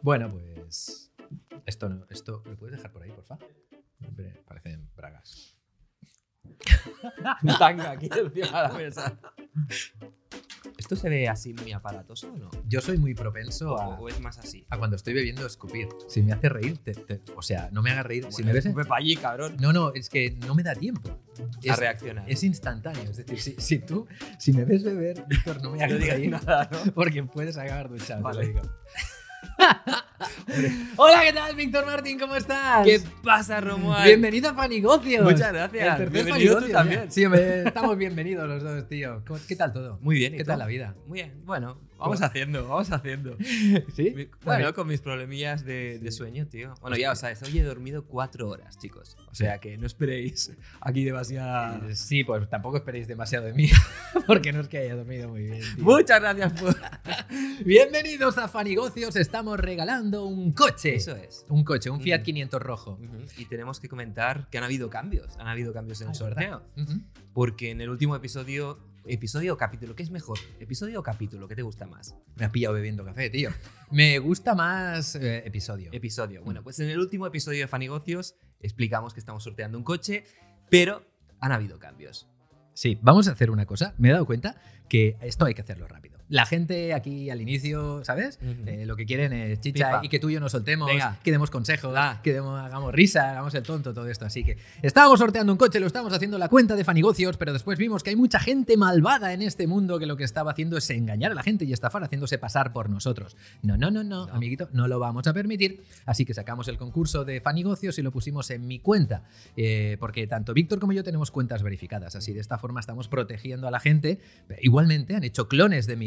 Bueno, pues... Esto ¿lo puedes dejar por ahí, porfa? Parecen bragas. Un tanga aquí encima de la mesa. ¿Esto se ve así muy aparatoso o no? Yo soy muy propenso ¿O es más así? a cuando estoy bebiendo escupir. Si me hace reír, o sea, no me haga reír. Bueno, Si me ves... escupe pa' allí, cabrón. No, es que no me da tiempo. A reaccionar. Es instantáneo. Es decir, si me ves beber, Víctor, no me hagas No digas reír nada, ¿no? porque puedes acabar duchado. Vale. Te lo digo. Hola, ¿qué tal, Víctor Martín? ¿Cómo estás? ¿Qué pasa, Romuald? Bienvenido a Fanigocios. Muchas gracias. El tercer Bienvenido tú Fanigocios, también. ya. Sí, hombre, estamos bienvenidos los dos, tío. ¿Qué tal todo? Muy bien. ¿y ¿Qué tú? tal la vida? Muy bien. Bueno, vamos haciendo. ¿Sí? Bueno, con mis problemillas de sueño, tío. Bueno, ya, o sea, hoy he dormido 4 horas, chicos. O sea, que no esperéis aquí demasiada... Sí, pues tampoco esperéis demasiado de mí, porque no es que haya dormido muy bien, tío. Muchas gracias por... Bienvenidos a Fanigocios, estamos regalando un coche. Eso es. Un coche, un Fiat 500 rojo. Y tenemos que comentar que han habido cambios. Han habido cambios en el sorteo. Ujú. Porque en el último episodio o capítulo, ¿qué es mejor? ¿Episodio o capítulo? ¿Qué te gusta más? Me ha pillado bebiendo café, tío. Me gusta más episodio. Episodio. Bueno, pues en el último episodio de Fanigocios explicamos que estamos sorteando un coche, pero han habido cambios. Sí, vamos a hacer una cosa. Me he dado cuenta que esto hay que hacerlo rápido. La gente aquí al inicio, ¿sabes? Ujú. Lo que quieren es chicha Pipa. y que tú y yo nos soltemos, Venga. que demos consejos, Da. que hagamos risa, hagamos el tonto, todo esto. Así que estábamos sorteando un coche, lo estábamos haciendo en la cuenta de Fanigocios, pero después vimos que hay mucha gente malvada en este mundo que lo que estaba haciendo es engañar a la gente y estafar haciéndose pasar por nosotros. No, amiguito, no lo vamos a permitir. Así que sacamos el concurso de Fanigocios y lo pusimos en mi cuenta, porque tanto Víctor como yo tenemos cuentas verificadas. Así de esta forma estamos protegiendo a la gente. Igualmente han hecho clones de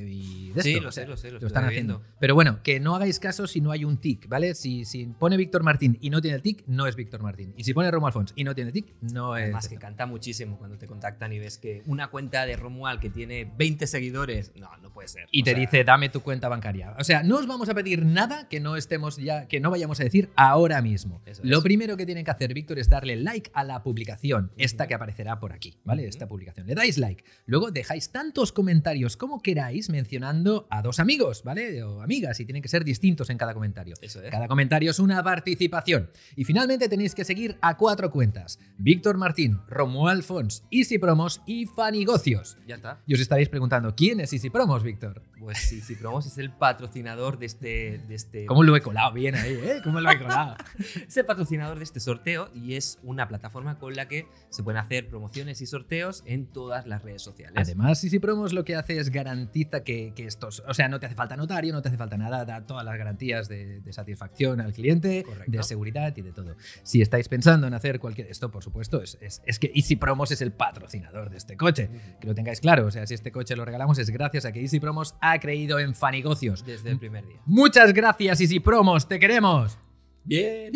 Sí, esto, lo o sea, sé, lo lo están estoy haciendo. viendo. Pero bueno, que no hagáis caso si no hay un tic, ¿vale? Si pone Víctor Martín y no tiene el tic, no es Víctor Martín. Y si pone Romuald Fons y no tiene el tic, no es... Además que canta muchísimo cuando te contactan y ves que una cuenta de Romuald que tiene 20 seguidores, no puede ser. Y O te sea, dice, dame tu cuenta bancaria. O sea, no os vamos a pedir nada que no estemos ya, que no vayamos a decir ahora mismo. Eso Lo es. primero que tienen que hacer, Víctor, es darle like a la publicación, esta que aparecerá por aquí, ¿vale? Esta publicación. Le dais like. Luego dejáis tantos comentarios como queráis mencionando a dos amigos, ¿vale? O amigas, y tienen que ser distintos en cada comentario. Eso es. Cada comentario es una participación. Y finalmente tenéis que seguir a 4 cuentas: Víctor Martín, Romuald Fons, Easy Promos y Fanigocios. Ya está. Y os estaréis preguntando, ¿quién es Easy Promos, Víctor? Pues sí, Promos es el patrocinador de este ¿Cómo lo he colado bien ahí, eh? ¿Cómo lo he colado? es el patrocinador de este sorteo y es una plataforma con la que se pueden hacer promociones y sorteos en todas las redes sociales. Además, Easy Promos lo que hace es garantiza que estos... O sea, no te hace falta notario, no te hace falta nada, da todas las garantías de satisfacción al cliente, Correcto. de seguridad y de todo. Si estáis pensando en hacer cualquier... Esto, por supuesto, es que Easy Promos es el patrocinador de este coche. Que lo tengáis claro. O sea, si este coche lo regalamos es gracias a que Easy Promos ha creído en Fanigocios. Desde el primer día. Muchas gracias, Easy Promos. ¡Te queremos! Bien.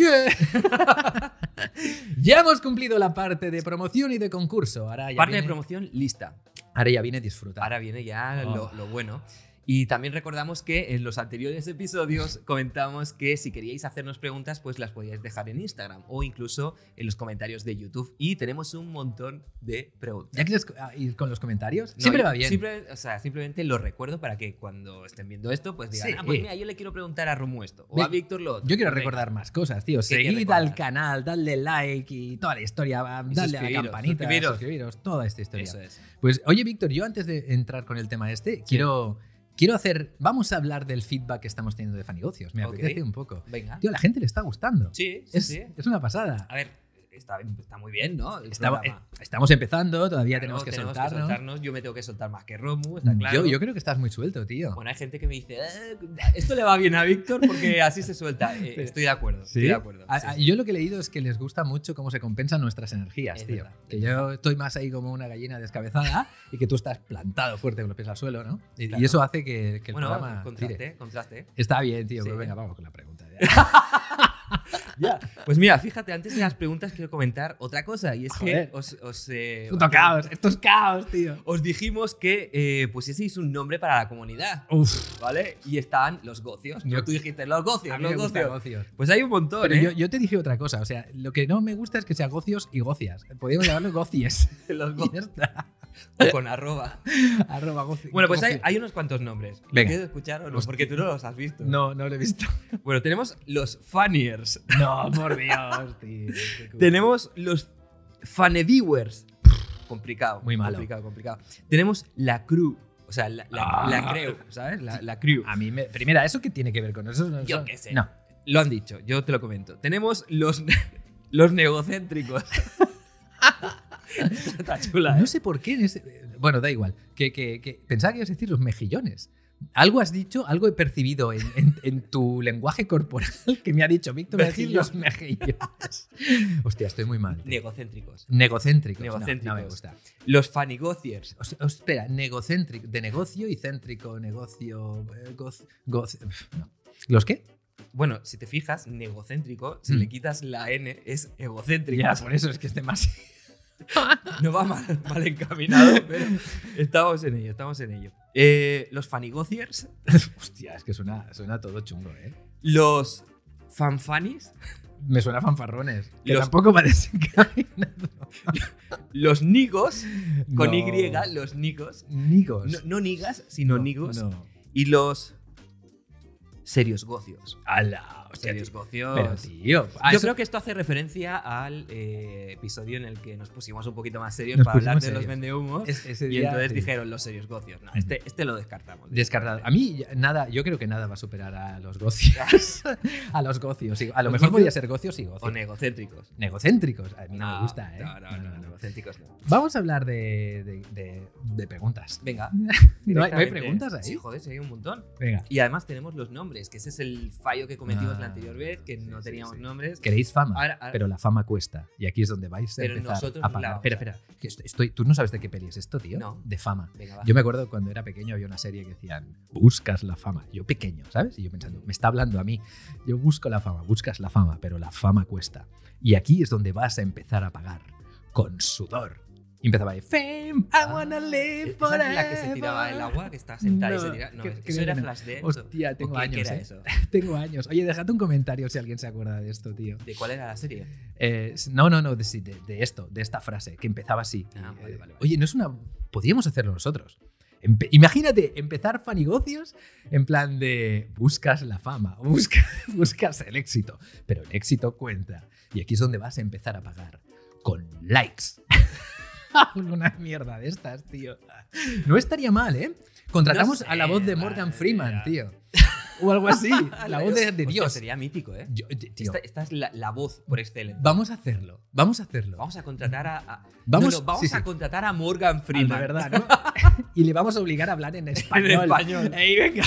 Yeah. Ya hemos cumplido la parte de promoción y de concurso. Ahora ya Parte de viene, promoción lista. ahora ya viene disfrutar. Ahora viene ya Oh. lo bueno. Y también recordamos que en los anteriores episodios comentamos que si queríais hacernos preguntas, pues las podíais dejar en Instagram o incluso en los comentarios de YouTube. Y tenemos un montón de preguntas. ¿Ya quieres ir con los comentarios? No, Siempre yo va bien. Simplemente lo recuerdo para que cuando estén viendo esto, pues digan, Sí. pues mira, yo le quiero preguntar a Romu esto, o Ve- a Víctor lo otro. Yo quiero Pues venga. recordar más cosas, tío. ¿Qué quieres Seguid al recordar? canal, dadle like y toda la historia. Dadle a la suscribiros, campanita, suscribiros, toda esta historia. Eso es. Pues, oye, Víctor, yo antes de entrar con el tema este, quiero hacer... Vamos a hablar del feedback que estamos teniendo de Fanigocios. Me Ok. apetece un poco. Venga. Tío, a la gente le está gustando. Sí. Es una pasada. A ver, está muy bien, ¿no? El Estamos programa. empezando, todavía Claro, tenemos que soltarnos. Yo me tengo que soltar más que Romu, está claro. Yo creo que estás muy suelto, tío. Bueno, hay gente que me dice, esto le va bien a Víctor porque así se suelta. Estoy de acuerdo, ¿Sí? estoy de acuerdo. Sí, sí. Yo lo que he leído es que les gusta mucho cómo se compensan nuestras energías, Es tío. verdad. Que yo estoy más ahí como una gallina descabezada y que tú estás plantado fuerte con los pies al suelo, ¿no? Y Claro. eso hace que el Bueno, programa tire. contraste. Está bien, tío, Sí. pero venga, vamos con la pregunta. Ya. Pues mira, fíjate, antes de las preguntas quiero comentar otra cosa y es Joder. que Puto caos, esto es caos, tío. os dijimos que pusieseis un nombre para la comunidad, Uf, ¿vale? Y estaban los gocios. Yo- Tú dijiste, los a gocios, mí los me gusta gocios. gocios. Pues hay un montón, Pero ¿eh? yo te dije otra cosa, o sea, lo que no me gusta es que sea gocios y gocias. Podríamos llamarlo gocies. Los Y gocios. ya está. O con arroba. Bueno, pues hay unos cuantos nombres. Venga. ¿Quieres escuchar o no? Porque tú no los has visto. No lo he visto. Bueno, tenemos los Faniers. No, por Dios, tío. Tenemos los Faneviewers. Complicado. Muy malo. Complicado. Tenemos la Crew. O sea, la Creu, ¿sabes? La Crew. A mí Primera, ¿eso qué tiene que ver con eso? Yo qué sé. No. Lo han dicho, yo te lo comento. Tenemos los negocéntricos. Está chula, ¿eh? No sé por qué. Bueno, da igual. Que pensaba que ibas a decir los mejillones. Algo has dicho, algo he percibido en tu lenguaje corporal que me ha dicho Víctor, me a decir los mejillones. Hostia, estoy muy mal. Negocéntricos. Negocéntricos. No me gusta. Los fanigociers. Espera, negocéntrico, de negocio y céntrico, negocio. No. ¿Los qué? Bueno, si te fijas, negocéntrico, si le quitas la N, es egocéntrico. Ya, por eso es que es demasiado. No va mal encaminado, pero estamos en ello. Los fanigociers. Hostia, es que suena todo chungo, ¿eh? Los fanfanis. Me suena fanfarrones. Que tampoco va desencaminado. Los nigos, con No. Y, los nigos. Nigos. No nigas, sino nigos. No. Y los serios gocios. ¡Hala! Hostia, Serios tío. gocios. Pero, tío. Yo creo que esto hace referencia al episodio en el que nos pusimos un poquito más serios Nos para hablar de pusimos los serios. vendehumos. Ese Y día, entonces sí. dijeron los serios gocios. No, este lo descartamos. Descartado. A mí, yo creo que nada va a superar a los gocios. A los gocios. Sí. A lo Los mejor gocios podría ser gocios y O gocios. negocéntricos. Negocéntricos. A mí no me gusta, ¿eh? No, negocéntricos no. Vamos a hablar de preguntas. Venga. ¿No hay directamente. preguntas ahí? Sí, joder, sí hay un montón. Venga. Y además tenemos los nombres, que ese es el fallo que cometimos la anterior vez, que no sí, teníamos sí. nombres. Queréis fama, Ahora- pero la fama cuesta. Y aquí es donde vais a Pero empezar nosotros a pagar. la- Espera. Que ¿Tú no sabes de qué peli es esto, tío? No. De fama. Venga, va. Yo me acuerdo cuando era pequeño había una serie que decían, buscas la fama. Yo pequeño, ¿sabes? Y yo pensando, me está hablando a mí. Yo busco la fama, buscas la fama, pero la fama cuesta. Y aquí es donde vas a empezar a pagar. Con sudor. Y empezaba ahí, Fame, I wanna live ¿Esa forever. es la que se tiraba al agua, que está sentada y se tira? No, creo eso que era no. Flashdance. Hostia, ¿O tengo qué años, era ¿eh? eso? Tengo años. Oye, dejad un comentario si alguien se acuerda de esto, tío. ¿De cuál era la serie? No, de esto, de esta frase, que empezaba así. Ah, vale. Oye, no es una... Podríamos hacerlo nosotros. Imagínate, empezar fanigocios en plan de buscas la fama, buscas el éxito, pero el éxito cuenta. Y aquí es donde vas a empezar a pagar con likes. Alguna mierda de estas, tío. No estaría mal, ¿eh? Contratamos No sé, a la voz de Morgan Freeman, tío. O algo así. La voz de Hostia, Dios. Sería mítico, ¿eh? Tío, Esta es la voz por excelencia. vamos a hacerlo. Vamos a contratar a Vamos- vamos sí, a sí. contratar a Morgan De Freeman. verdad, ¿no? Y le vamos a obligar a hablar en español. En español. ¡Ey, venga!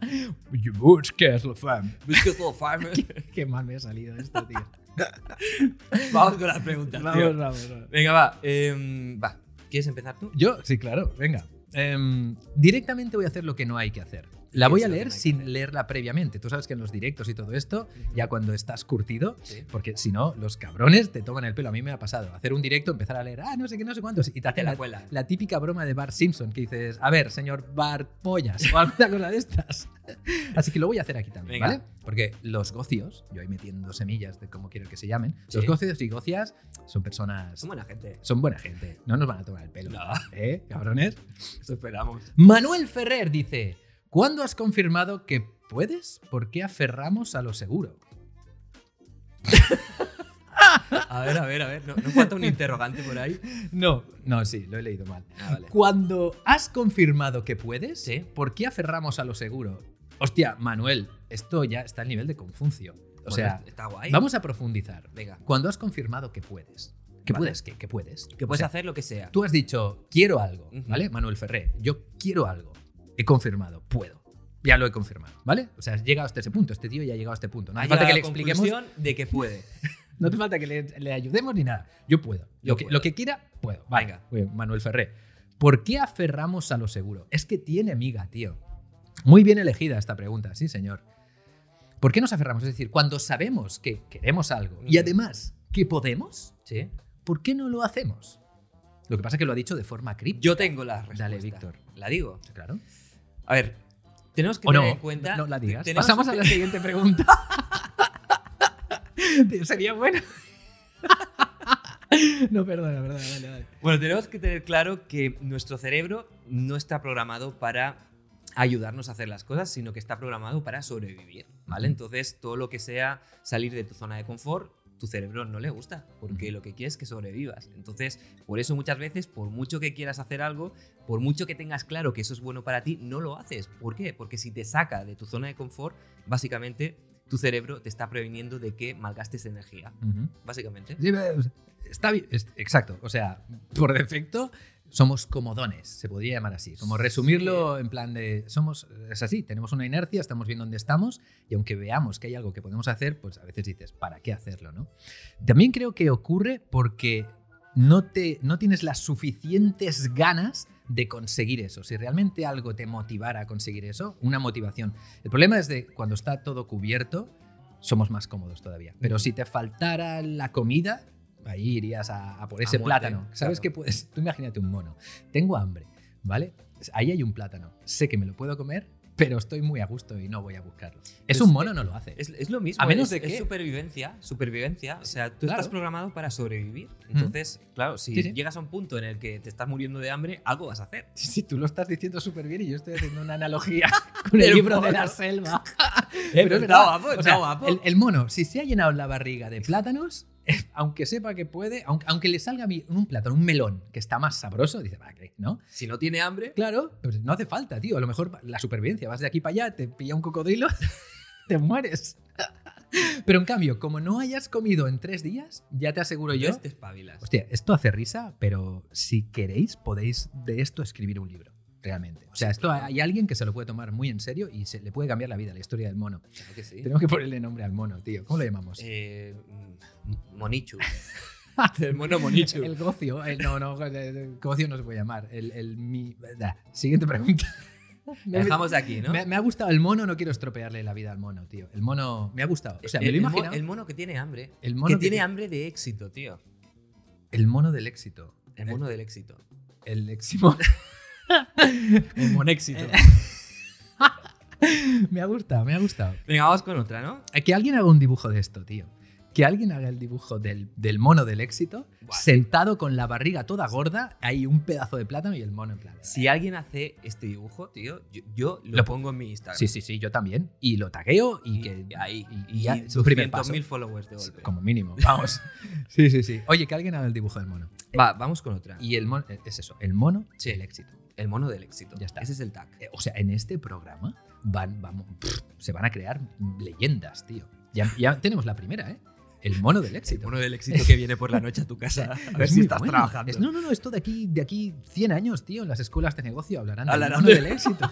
Buscas la fama. Buscas la fama. Qué mal me ha salido esto, tío. Vamos con las preguntas, tío. Vamos. Venga, va. ¿Quieres empezar tú? Yo, sí, claro, venga. Directamente voy a hacer lo que no hay que hacer. La voy a es lo que leer no hay que sin hacer? leerla previamente. Tú sabes que en los directos y todo esto, ya cuando estás curtido, Sí. porque si no, los cabrones te toman el pelo. A mí me ha pasado hacer un directo, empezar a leer, no sé qué, no sé cuántos, y te hacen la cuela. la típica broma de Bart Simpson, que dices, a ver, señor Bart Pollas, o alguna cosa de estas. Así que lo voy a hacer aquí también, Venga. ¿vale? Porque los gocios, yo ahí metiendo semillas de cómo quiero que se llamen, Sí. los gocios y gocias son personas... Son buena gente. Son buena gente, no nos van a tomar el pelo. No. Cabrones? Eso esperamos. Manuel Ferrer dice, ¿cuándo has confirmado que puedes? ¿Por qué aferramos a lo seguro? A ver. ¿No falta un interrogante por ahí? No, sí, lo he leído mal. Vale. Cuando has confirmado que puedes, Sí. ¿por qué aferramos a lo seguro? Hostia, Manuel, esto ya está al nivel de Confucio. O sea, está guay. vamos a profundizar. Venga. Cuando has confirmado que puedes. ¿Qué Vale. puedes? ¿Qué puedes? Que O puedes sea, hacer lo que sea. Tú has dicho, quiero algo, Ujú. ¿vale? Manuel Ferrer, yo quiero algo. He confirmado, puedo. Ya lo he confirmado, ¿vale? O sea, has llegado hasta ese punto. Este tío ya ha llegado a este punto. No Ha hace falta que le llegado a la expliquemos. conclusión de que puede. No hace falta que le ayudemos ni nada. Yo puedo. Yo Lo que, puedo. lo que quiera, puedo. Venga. Manuel Ferrer. ¿Por qué aferramos a lo seguro? Es que tiene miga, tío. Muy bien elegida esta pregunta, sí, señor. ¿Por qué nos aferramos? Es decir, cuando sabemos que queremos algo y además que podemos, Sí. ¿por qué no lo hacemos? Lo que pasa es que lo ha dicho de forma críptica. Yo tengo la respuesta. Dale, Víctor. ¿La digo? Claro. A ver, tenemos que ¿O tener no? en cuenta... No la digas. tenemos Pasamos que- a la siguiente pregunta. Tío, sería bueno. No, perdona, dale. Bueno, tenemos que tener claro que nuestro cerebro no está programado para ayudarnos a hacer las cosas, sino que está programado para sobrevivir, ¿vale? Entonces, todo lo que sea salir de tu zona de confort, tu cerebro no le gusta, porque lo que quiere es que sobrevivas. Entonces, por eso muchas veces, por mucho que quieras hacer algo, por mucho que tengas claro que eso es bueno para ti, no lo haces. ¿Por qué? Porque si te saca de tu zona de confort, básicamente tu cerebro te está previniendo de que malgastes energía, básicamente. Sí, está bien, exacto. O sea, por defecto somos comodones, se podría llamar así. Como resumirlo en plan de, es así, tenemos una inercia, estamos viendo dónde estamos y aunque veamos que hay algo que podemos hacer, pues a veces dices, ¿para qué hacerlo, no? También creo que ocurre porque no tienes las suficientes ganas de conseguir eso. Si realmente algo te motivara a conseguir eso, una motivación. El problema es de cuando está todo cubierto, somos más cómodos todavía. Pero si te faltara la comida, ahí irías a por ese plátano. ¿Sabes qué puedes? Tú imagínate un mono. Tengo hambre, ¿vale? Ahí hay un plátano. Sé que me lo puedo comer, pero estoy muy a gusto y no voy a buscarlo. Es un mono, no lo hace. Es lo mismo. A menos de que es supervivencia. O sea, tú Claro. estás programado para sobrevivir. Entonces, claro, si llegas a un punto en el que te estás muriendo de hambre, algo vas a hacer. Sí, tú lo estás diciendo súper bien y yo estoy haciendo una analogía con el libro de la selva. Pero es verdad, guapo, guapo. El mono, si se ha llenado la barriga de plátanos, aunque sepa que puede, aunque le salga un plátano, un melón, que está más sabroso, dice, va, ¿no? Si no tiene hambre. Claro, pues no hace falta, tío. A lo mejor la supervivencia, vas de aquí para allá, te pilla un cocodrilo, te mueres. Pero en cambio, como no hayas comido en 3 días, ya te aseguro yo. Te espabilas. Hostia, esto hace risa, pero si queréis, podéis de esto escribir un libro. Realmente. O sea, esto hay alguien que se lo puede tomar muy en serio y se le puede cambiar la vida, la historia del mono. Claro que sí. Tenemos que ponerle nombre al mono, tío. ¿Cómo lo llamamos? Monichu. El mono Monichu. El gocio. Gocio no se puede llamar. Siguiente pregunta. Dejamos aquí, ¿no? Me ha gustado el mono, no quiero estropearle la vida al mono, tío. El mono me ha gustado. O sea, me lo he imaginado. El mono que tiene hambre. El mono que tiene hambre de éxito, tío. El mono del éxito. El mono del éxito. El éxito. El monéxito. Me ha gustado. Venga, vamos con otra, ¿no? Que alguien haga un dibujo de esto, tío. Que alguien haga el dibujo del mono del éxito, sentado con la barriga toda gorda, hay un pedazo de plátano y el mono en plátano. Si alguien hace este dibujo, tío, yo lo pongo en mi Instagram. Sí, yo también. Y lo tagueo y ya es un primer paso. 200.000 followers de golpe. Como mínimo, vamos. Sí. Oye, que alguien haga el dibujo del mono. Vamos con otra. Y el mono, es eso, el mono del éxito. El mono del éxito. Ya está. Ese es el tag. O sea, en este programa se van a crear leyendas, tío. Ya tenemos la primera, ¿eh? El mono del éxito. El mono del éxito que viene por la noche a tu casa a ver si estás trabajando. No, esto de aquí 100 años, tío, en las escuelas de negocio hablarán del mono del éxito.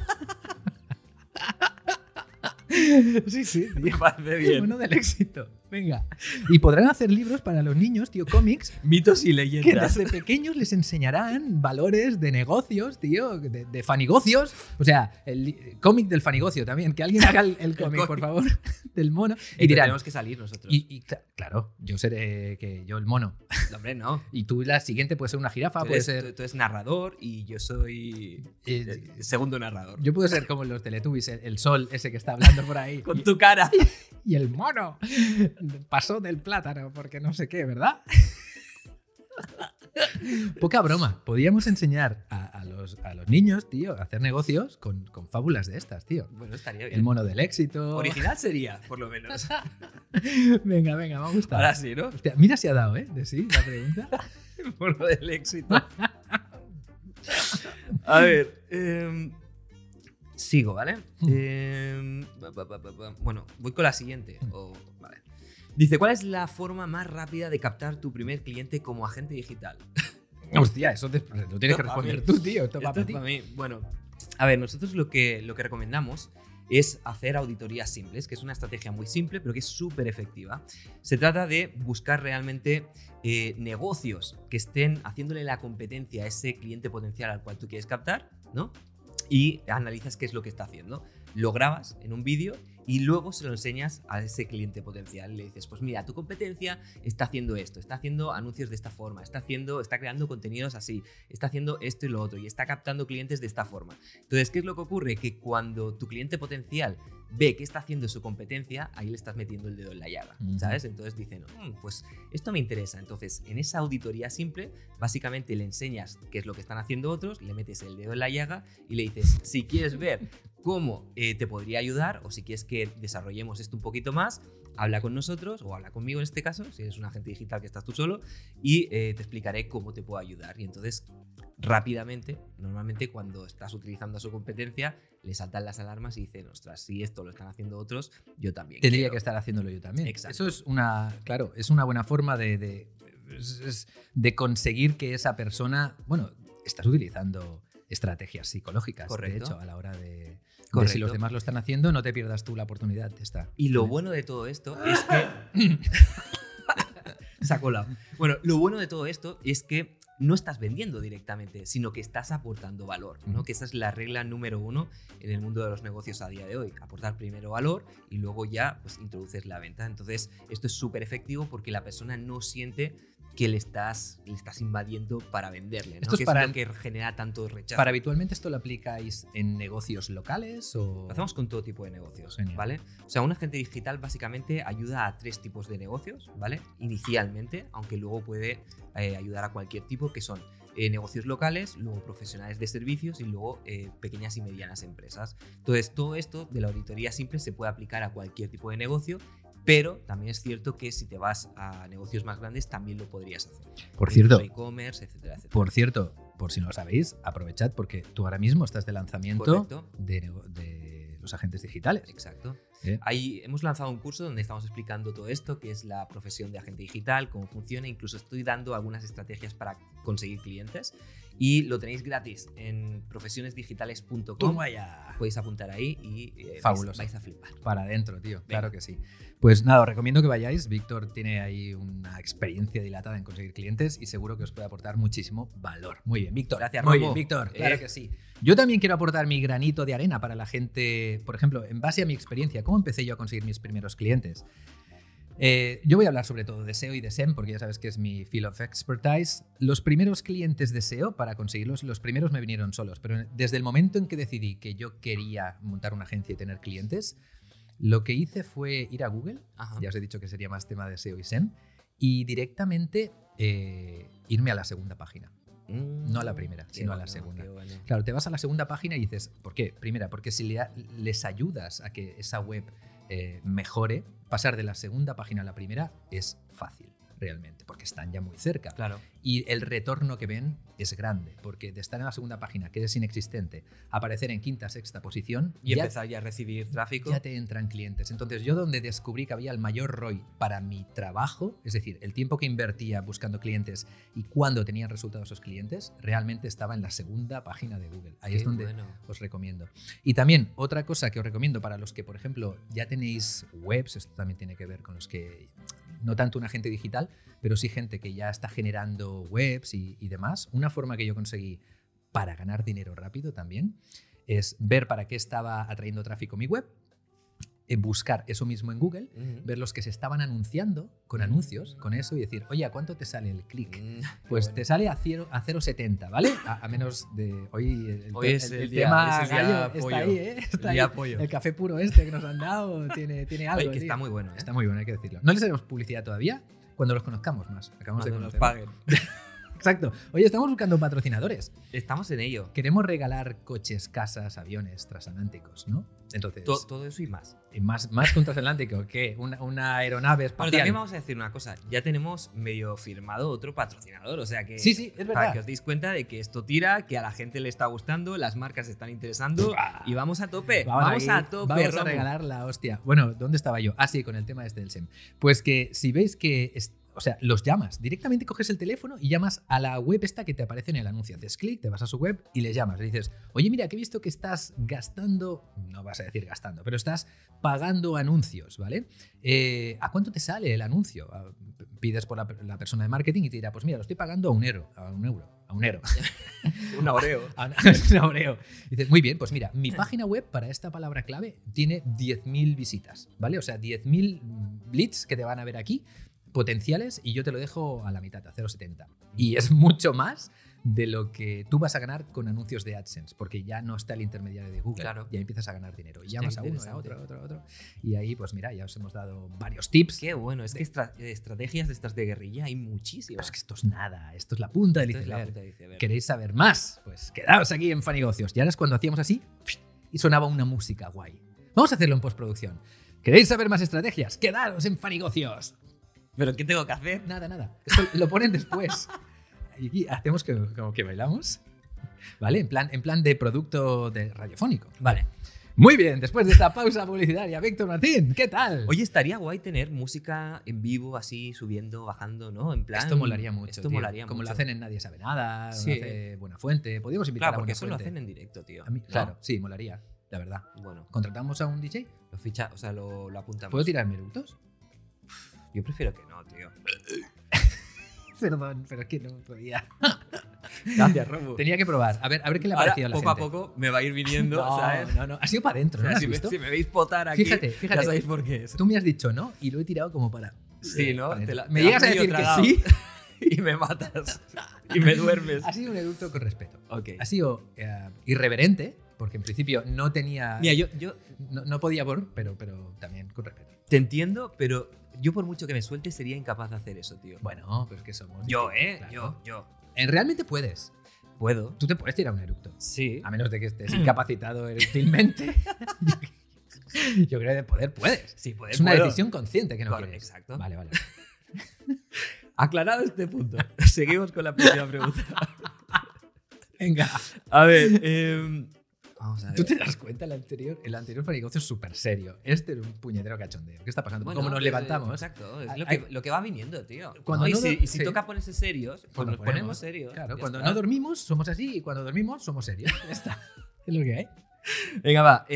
Sí, tío. Me parece bien. El mono del éxito. Venga. Y podrán hacer libros para los niños, tío, cómics. Mitos y Que leyendas. desde pequeños les enseñarán valores de negocios, tío, de fanigocios. O sea, el cómic del fanigocio también. Que alguien haga el cómic, por favor, del mono. Y dirán, tenemos que salir nosotros. Claro, yo seré yo el mono. Hombre, no. Y tú la siguiente puede ser una jirafa, Tú puede eres, ser... tú eres narrador y yo soy segundo narrador. Yo puedo ser como en los Teletubbies, el sol ese que está hablando por ahí. Con tu cara. Y el mono pasó del plátano porque no sé qué, ¿verdad? Poca broma. Podríamos enseñar a los niños, tío, a hacer negocios con fábulas de estas, tío. Bueno, estaría bien. El mono del éxito. Original sería, por lo menos. Venga, me ha gustado. Ahora sí, ¿no? Hostia, mira si ha dado, ¿eh? De sí, la pregunta. El mono del éxito. A ver, sigo, ¿vale? Bueno, voy con la siguiente. Vale. Dice, ¿cuál es la forma más rápida de captar tu primer cliente como agente digital? Hostia, eso lo tienes que responder tú, tío. Esto va para ti. Para mí. Bueno, a ver, nosotros lo que recomendamos es hacer auditorías simples, que es una estrategia muy simple, pero que es súper efectiva. Se trata de buscar realmente negocios que estén haciéndole la competencia a ese cliente potencial al cual tú quieres captar, ¿no? Y analizas qué es lo que está haciendo. Lo grabas en un vídeo y luego se lo enseñas a ese cliente potencial. Le dices, pues mira, tu competencia está haciendo esto, está haciendo anuncios de esta forma, está creando contenidos así, está haciendo esto y lo otro y está captando clientes de esta forma. Entonces, ¿qué es lo que ocurre? Que cuando tu cliente potencial ve qué está haciendo su competencia, ahí le estás metiendo el dedo en la llaga, ¿sabes? Entonces dicen, pues esto me interesa. Entonces, en esa auditoría simple, básicamente le enseñas qué es lo que están haciendo otros, le metes el dedo en la llaga y le dices, si quieres ver cómo te podría ayudar o si quieres que desarrollemos esto un poquito más, habla con nosotros o habla conmigo en este caso, si eres un agente digital que estás tú solo, y te explicaré cómo te puedo ayudar. Y entonces, rápidamente, normalmente cuando estás utilizando a su competencia, le saltan las alarmas y dicen, ostras, si esto lo están haciendo otros, yo también tendría que estar haciéndolo yo también. Exacto. Eso es una buena forma de conseguir que esa persona, bueno, estás utilizando estrategias psicológicas, Correcto. de hecho, a la hora de Correcto. si los demás lo están haciendo, no te pierdas tú la oportunidad de estar. Y lo bueno de todo esto es que... Se ha colado. Bueno, lo bueno de todo esto es que no estás vendiendo directamente, sino que estás aportando valor, ¿no? Que esa es la regla número 1 en el mundo de los negocios a día de hoy. Aportar primero valor y luego ya pues, introduces la venta. Entonces, esto es súper efectivo porque la persona no siente que le estás invadiendo para venderle, ¿no? Esto es que para, es lo que genera tanto rechazo. ¿Para habitualmente esto lo aplicáis en negocios locales o...? Lo hacemos con todo tipo de negocios, Genial. ¿vale? O sea, un agente digital básicamente ayuda a 3 tipos de negocios, ¿vale? Inicialmente, aunque luego puede ayudar a cualquier tipo, que son negocios locales, luego profesionales de servicios y luego pequeñas y medianas empresas. Entonces, todo esto de la auditoría simple se puede aplicar a cualquier tipo de negocio, pero también es cierto que si te vas a negocios más grandes también lo podrías hacer. Por cierto, E-commerce, etcétera, etcétera. Por cierto, por si no lo sabéis, aprovechad porque tú ahora mismo estás de lanzamiento de los agentes digitales. Exacto. Ahí hemos lanzado un curso donde estamos explicando todo esto, que es la profesión de agente digital, cómo funciona. Incluso estoy dando algunas estrategias para conseguir clientes. Y lo tenéis gratis en profesionesdigitales.com. ¡Toma ya! Podéis apuntar ahí y Fabuloso. vais a flipar. Para adentro, tío. Venga. Claro que sí. Pues nada, os recomiendo que vayáis. Víctor tiene ahí una experiencia dilatada en conseguir clientes y seguro que os puede aportar muchísimo valor. Muy bien, Víctor. Gracias, Muy Romo. bien, Víctor. Claro que sí. Yo también quiero aportar mi granito de arena para la gente, por ejemplo, en base a mi experiencia, ¿cómo empecé yo a conseguir mis primeros clientes? Yo voy a hablar sobre todo de SEO y de SEM porque ya sabes que es mi field of expertise. Los primeros clientes de SEO, para conseguirlos, los primeros me vinieron solos, pero desde el momento en que decidí que yo quería montar una agencia y tener clientes, lo que hice fue ir a Google, Ajá. ya os he dicho que sería más tema de SEO y SEM, y directamente irme a la segunda página. No a la primera, sino a la segunda. Bueno. Claro, te vas a la segunda página y dices, ¿por qué? Primera, porque si les ayudas a que esa web mejore, pasar de la segunda página a la primera es fácil, realmente, porque están ya muy cerca. Claro. Y el retorno que ven es grande, porque de estar en la segunda página, que es inexistente, aparecer en quinta, sexta posición Y empezar ya a recibir tráfico. ya te entran clientes. Entonces yo donde descubrí que había el mayor ROI para mi trabajo, es decir, el tiempo que invertía buscando clientes y cuando tenían resultados esos clientes, realmente estaba en la segunda página de Google. Ahí Qué es donde bueno. os recomiendo. Y también otra cosa que os recomiendo para los que, por ejemplo, ya tenéis webs, esto también tiene que ver con los que, no tanto un agente digital, pero sí gente que ya está generando webs y demás. Una forma que yo conseguí para ganar dinero rápido también es ver para qué estaba atrayendo tráfico mi web, buscar eso mismo en Google, ver los que se estaban anunciando con anuncios, con eso y decir, oye, ¿a cuánto te sale el clic? Pues te sale a 0,70, ¿vale? A menos de... Hoy el tema gallo está ahí, ¿eh? Está ahí. El café puro este que nos han dado tiene algo. Oye, que está muy bueno, ¿eh? Está muy bueno, hay que decirlo. No les haremos publicidad todavía, cuando los conozcamos más. Acabamos Cuando de nos conocer. paguen. Exacto. Oye, estamos buscando patrocinadores. Estamos en ello. Queremos regalar coches, casas, aviones transatlánticos, ¿no? Entonces, Todo eso y más. más que un transatlántico, ¿qué? Una aeronave espacial. Bueno, también vamos a decir una cosa. Ya tenemos medio firmado otro patrocinador. O sea que. Sí, es verdad. Para que os deis cuenta de que esto tira, que a la gente le está gustando, las marcas se están interesando y vamos a tope. Vamos a tope. Vamos a Romo. regalar la hostia. Bueno, ¿dónde estaba yo? Ah, sí, con el tema este del SEM. Pues que si veis que... O sea, los llamas. Directamente coges el teléfono y llamas a la web esta que te aparece en el anuncio. Haces clic, te vas a su web y les llamas. Le dices, oye, mira, que he visto que estás gastando... No vas a decir gastando, pero estás pagando anuncios, ¿vale? ¿A cuánto te sale el anuncio? Pides por la persona de marketing y te dirá, pues mira, lo estoy pagando a un euro. Un Oreo. Un Oreo. Y dices, muy bien, pues mira, mi página web para esta palabra clave tiene 10.000 visitas, ¿vale? O sea, 10.000 leads que te van a ver aquí, potenciales, y yo te lo dejo a la mitad, a 0,70. Y es mucho más de lo que tú vas a ganar con anuncios de AdSense, porque ya no está el intermediario de Google. Claro. Ya empiezas a ganar dinero. Y Hostia, llamas a uno, a interesante. otro, a otro. Y ahí, pues mira, ya os hemos dado varios tips. Qué bueno, es que estrategias de estas de guerrilla hay Pero muchísimas. es que esto es nada, esto es la punta del Esto es la iceberg. punta del iceberg. ¿Queréis saber más? Pues quedaos aquí en Fanigocios. Y ahora es cuando hacíamos así y sonaba una música guay. Vamos a hacerlo en postproducción. ¿Queréis saber más estrategias? Quedaos en Fanigocios. ¿Pero qué tengo que hacer? Nada. Esto lo ponen después. Y hacemos como que bailamos. ¿Vale? En plan de producto radiofónico. Vale. Muy bien, después de esta pausa publicitaria, Víctor Martín, ¿qué tal? Oye, estaría guay tener música en vivo, así, subiendo, bajando, ¿no? En plan. Esto molaría mucho. Esto tío. molaría Como mucho. lo hacen en Nadie Sabe Nada, Sí. lo hace Buenafuente. Podríamos invitar Claro, a porque eso Buenafuente. lo hacen en directo, tío. A mí- ¿no? Claro, sí, molaría, la verdad. Bueno, ¿Contratamos a un DJ? lo ficha, o sea, lo apuntamos. ¿Puedo tirar minutos? Yo prefiero que no, tío. Perdón, pero es que no podía. Gracias, Robo. Tenía que probar. A ver qué le ha Ahora, parecido a la poco a gente. poco me va a ir viniendo, No, ¿sabes? no. Ha sido para adentro, O ¿no? sea, ¿Has si, visto? si me veis potar aquí, Fíjate. ya sabéis por qué es. Tú me has dicho no y lo he tirado como para. Sí, ¿no? para adentro. Te me la llegas a has medio decir que tragado sí. y me matas. Y me duermes. Ha sido un eructo con respeto. Ok. Ha sido irreverente, porque en principio no tenía. Mira, yo No podía pero también con respeto. te entiendo, pero yo por mucho que me suelte sería incapaz de hacer eso, tío. Bueno, pero es que somos. Yo, distintos, claro. Yo. Realmente puedes. Puedo. Tú te puedes tirar un eructo. Sí. A menos de que estés incapacitado eructilmente. Yo creo que de poder puedes. Sí, puedo. Es una decisión consciente que no Correcto, quieres. exacto. Vale. Aclarado este punto. Seguimos con la próxima pregunta. Venga. A ver, vamos a ver. ¿Tú te das cuenta? El anterior Fanigocio es súper serio. Este era un puñetero cachondeo. ¿Qué está pasando? Bueno, Como nos pues, levantamos. Exacto, es Hay- lo que va viniendo, tío. Cuando ¿no? no Y do- si sí. toca ponerse serios, pues Cuando nos ponemos serios. Claro, Ya cuando está. no dormimos somos así y cuando dormimos somos serios. Ya está. Es lo que hay. Venga, va.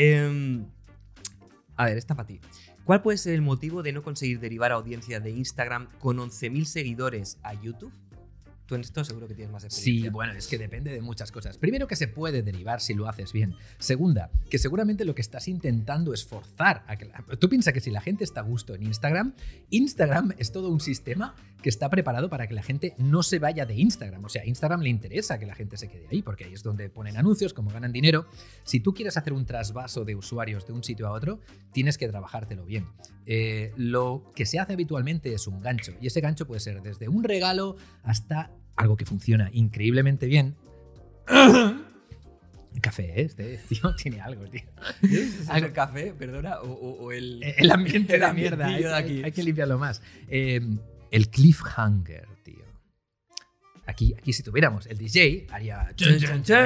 A ver, esta para ti. ¿Cuál puede ser el motivo de no conseguir derivar audiencia de Instagram con 11.000 seguidores a YouTube? Tú en esto seguro que tienes más experiencia. Sí, bueno, es que depende de muchas cosas. Primero, que se puede derivar si lo haces bien. Segunda, que seguramente lo que estás intentando es forzar a que tú piensas que si la gente está a gusto en Instagram es todo un sistema que está preparado para que la gente no se vaya de Instagram. O sea, a Instagram le interesa que la gente se quede ahí, porque ahí es donde ponen anuncios, como ganan dinero. Si tú quieres hacer un trasvaso de usuarios de un sitio a otro, tienes que trabajártelo bien. Lo que se hace habitualmente es un gancho, y ese gancho puede ser desde un regalo hasta algo que funciona increíblemente bien. El café este, tío, tiene algo, tío. ¿Es el café, perdona? ¿O el...? El ambiente de El mierda, ambientillo de aquí. hay que limpiarlo más. El cliffhanger, tío. Aquí si tuviéramos el DJ, haría... Chun, chun, chun.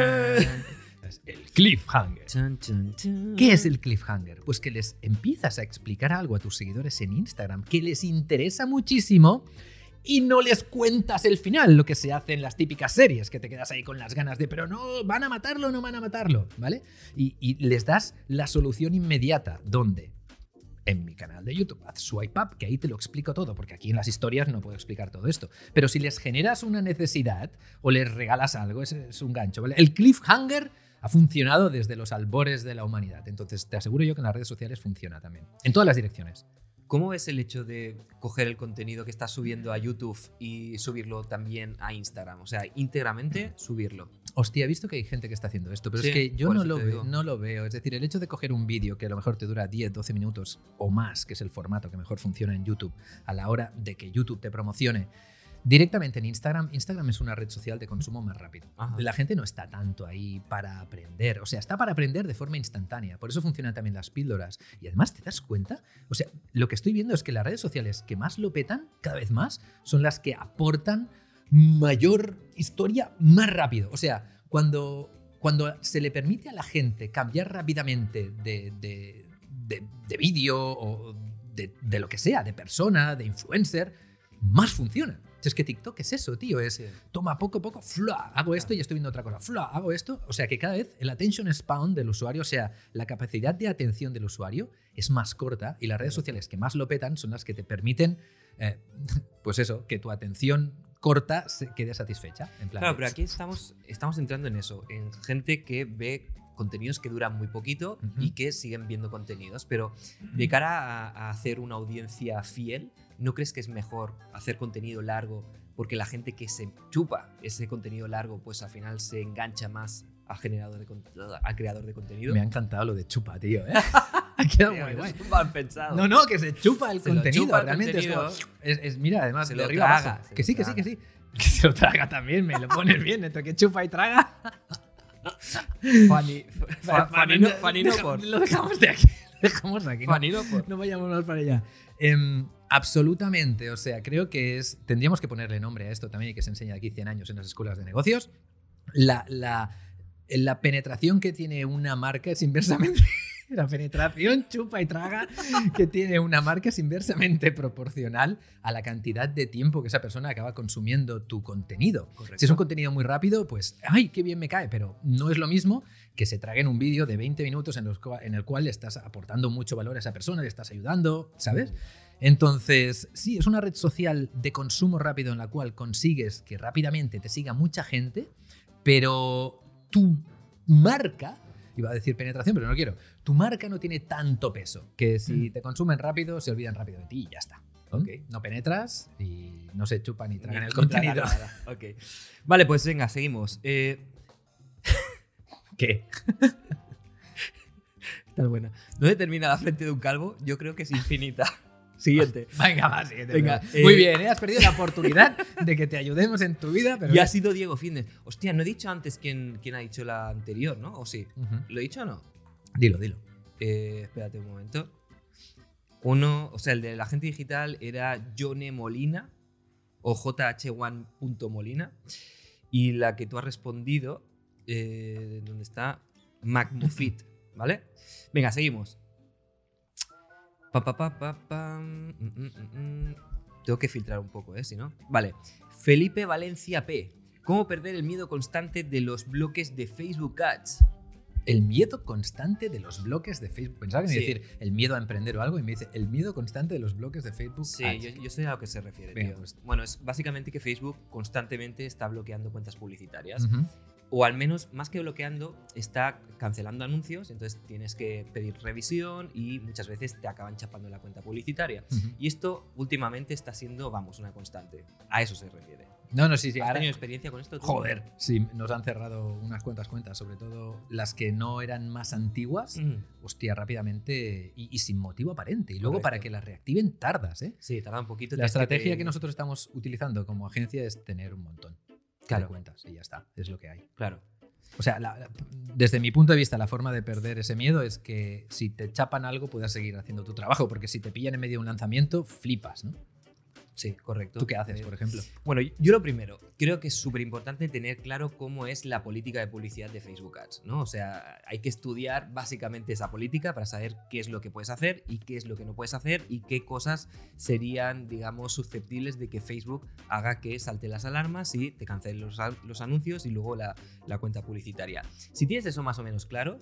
El cliffhanger. Chun, chun, chun. ¿Qué es el cliffhanger? Pues que les empiezas a explicar algo a tus seguidores en Instagram que les interesa muchísimo y no les cuentas el final, lo que se hace en las típicas series, que te quedas ahí con las ganas de, pero no, van a matarlo, no van a matarlo, ¿vale? Y les das la solución inmediata. ¿Dónde? En mi canal de YouTube, haz swipe up, que ahí te lo explico todo, porque aquí en las historias no puedo explicar todo esto. Pero si les generas una necesidad o les regalas algo, es un gancho, ¿vale? El cliffhanger ha funcionado desde los albores de la humanidad. Entonces te aseguro yo que en las redes sociales funciona también. En todas las direcciones. ¿Cómo ves el hecho de coger el contenido que estás subiendo a YouTube y subirlo también a Instagram? O sea, íntegramente subirlo. Hostia, he visto que hay gente que está haciendo esto, pero Sí, es que yo por no eso lo, te digo. no lo veo. Es decir, el hecho de coger un vídeo que a lo mejor te dura 10, 12 minutos o más, que es el formato que mejor funciona en YouTube, a la hora de que YouTube te promocione, directamente en Instagram. Instagram es una red social de consumo más rápido. Ajá. La gente no está tanto ahí para aprender. O sea, está para aprender de forma instantánea. Por eso funcionan también las píldoras. Y además, ¿te das cuenta? O sea, lo que estoy viendo es que las redes sociales que más lo petan, cada vez más, son las que aportan mayor historia más rápido. O sea, cuando se le permite a la gente cambiar rápidamente de vídeo o de lo que sea, de persona, de influencer, más funciona. Es que TikTok es eso, tío. Es toma poco a poco, ¡fla! Hago esto y estoy viendo otra cosa. ¡Fla! Hago esto. O sea que cada vez el attention span del usuario, o sea, la capacidad de atención del usuario es más corta, y las redes sociales que más lo petan son las que te permiten, pues eso, que tu atención corta se quede satisfecha. En plan, Claro, pero aquí estamos entrando en eso, en gente que ve contenidos que duran muy poquito Ujú. y que siguen viendo contenidos, pero de cara a hacer una audiencia fiel, ¿no crees que es mejor hacer contenido largo porque la gente que se chupa ese contenido largo, pues al final se engancha más al creador de contenido. Me ha encantado lo de chupa, tío. Ha quedado muy guay. Mal pensado. No, que se chupa el contenido. Chupa el realmente contenido. Mira, además, Se de lo arriba traga, abajo. se Que lo sí. Que se lo traga también, me lo pones bien. Entre que chupa y traga. Fanino por. Lo dejamos de aquí. Fanino por. No vayamos más para allá. Absolutamente. O sea, creo que tendríamos que ponerle nombre a esto también y que se enseña aquí 100 años en las escuelas de negocios. La penetración que tiene una marca es inversamente. La penetración chupa y traga que tiene una marca es inversamente proporcional a la cantidad de tiempo que esa persona acaba consumiendo tu contenido. Correcto. Si es un contenido muy rápido, pues ¡ay, qué bien me cae! Pero no es lo mismo que se traguen un vídeo de 20 minutos en el cual le estás aportando mucho valor a esa persona, le estás ayudando, ¿sabes? Entonces, sí, es una red social de consumo rápido en la cual consigues que rápidamente te siga mucha gente, pero tu marca, iba a decir penetración, pero no quiero, tu marca no tiene tanto peso, que si te consumen rápido, se olvidan rápido de ti y ya está. ¿Okay? No penetras y no se chupan ni tragan el contenido. Okay. Vale, pues venga, seguimos. ¿Qué? Está buena. ¿Dónde termina la frente de un calvo? Yo creo que es infinita. Siguiente. Venga, va, siguiente. Venga, muy bien, has perdido la oportunidad de que te ayudemos en tu vida. Pero y ha sido Diego Fitness. Hostia, no he dicho antes quién ha dicho la anterior, ¿no? ¿O sí? ¿Lo he dicho o no? Dilo. Espérate un momento. Uno, o sea, el de la agente digital era Jone Molina o jh1.molina. Y la que tú has respondido, ¿dónde está? MacMuffit, ¿vale? Venga, seguimos. Tengo que filtrar un poco, si no. Vale. Felipe Valencia P. ¿Cómo perder el miedo constante de los bloques de Facebook Ads? El miedo constante de los bloques de Facebook. Pensaba que me iba a decir el miedo a emprender o algo y me dice el miedo constante de los bloques de Facebook. Sí, yo sé a lo que se refiere. Venga, tío. pues. Bueno, es básicamente que Facebook constantemente está bloqueando cuentas publicitarias. O al menos, más que bloqueando, está cancelando anuncios, entonces tienes que pedir revisión y muchas veces te acaban chapando la cuenta publicitaria. Y esto últimamente está siendo, una constante. A eso se refiere. No, sí. ¿Has tenido experiencia con esto? Joder, sí, nos han cerrado unas cuantas cuentas, sobre todo las que no eran más antiguas, hostia, rápidamente y sin motivo aparente. Y luego Correcto. para que las reactiven tardas, ¿eh? Sí, tarda un poquito. La estrategia que nosotros estamos utilizando como agencia es tener un montón de cuentas y ya está, es lo que hay. Claro. O sea, desde mi punto de vista, la forma de perder ese miedo es que si te chapan algo puedas seguir haciendo tu trabajo, porque si te pillan en medio de un lanzamiento, flipas, ¿no? Sí, correcto. ¿Tú qué haces, por ejemplo? Bueno, yo lo primero, creo que es súper importante tener claro cómo es la política de publicidad de Facebook Ads, ¿no? O sea, hay que estudiar básicamente esa política para saber qué es lo que puedes hacer y qué es lo que no puedes hacer y qué cosas serían, digamos, susceptibles de que Facebook haga que salte las alarmas y te cancelen los anuncios y luego la cuenta publicitaria. Si tienes eso más o menos claro,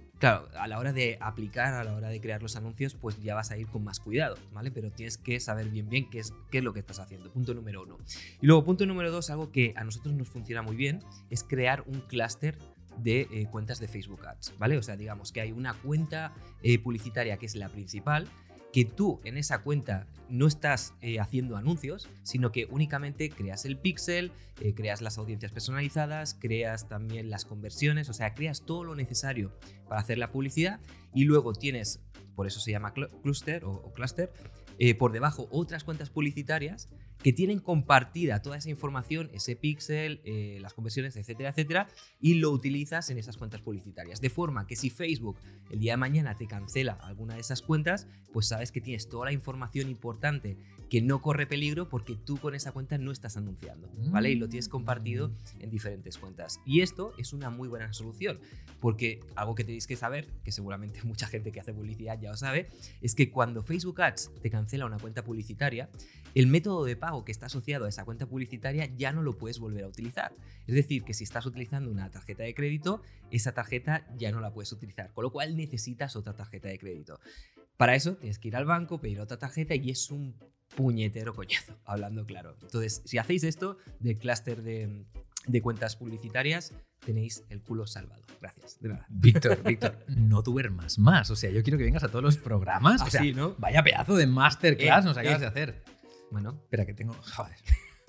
a la hora de aplicar, a la hora de crear los anuncios, pues ya vas a ir con más cuidado, ¿vale? Pero tienes que saber bien qué es lo que estás haciendo. Punto número 1. Y luego, punto número 2, algo que a nosotros nos funciona muy bien, es crear un clúster de cuentas de Facebook Ads, ¿vale? O sea, digamos que hay una cuenta publicitaria que es la principal, que tú en esa cuenta no estás haciendo anuncios, sino que únicamente creas el pixel, creas las audiencias personalizadas, creas también las conversiones, o sea, creas todo lo necesario para hacer la publicidad y luego tienes, por eso se llama clúster o cluster, por debajo otras cuentas publicitarias que tienen compartida toda esa información, ese pixel, las conversiones, etcétera, etcétera, y lo utilizas en esas cuentas publicitarias. De forma que si Facebook el día de mañana te cancela alguna de esas cuentas, pues sabes que tienes toda la información importante que no corre peligro porque tú con esa cuenta no estás anunciando, ¿vale? Y lo tienes compartido en diferentes cuentas. Y esto es una muy buena solución, porque algo que tenéis que saber, que seguramente mucha gente que hace publicidad ya lo sabe, es que cuando Facebook Ads te cancela una cuenta publicitaria, el método de pago que está asociado a esa cuenta publicitaria ya no lo puedes volver a utilizar. Es decir, que si estás utilizando una tarjeta de crédito, esa tarjeta ya no la puedes utilizar, con lo cual necesitas otra tarjeta de crédito. Para eso tienes que ir al banco, pedir otra tarjeta y es un puñetero coñazo, hablando claro. Entonces, si hacéis esto del clúster de cuentas publicitarias, tenéis el culo salvado. Gracias, de nada. Víctor, no duermas más. O sea, yo quiero que vengas a todos los programas. O sea, así, ¿no? Vaya pedazo de masterclass nos acabas de hacer. Bueno, espera que tengo... Joder.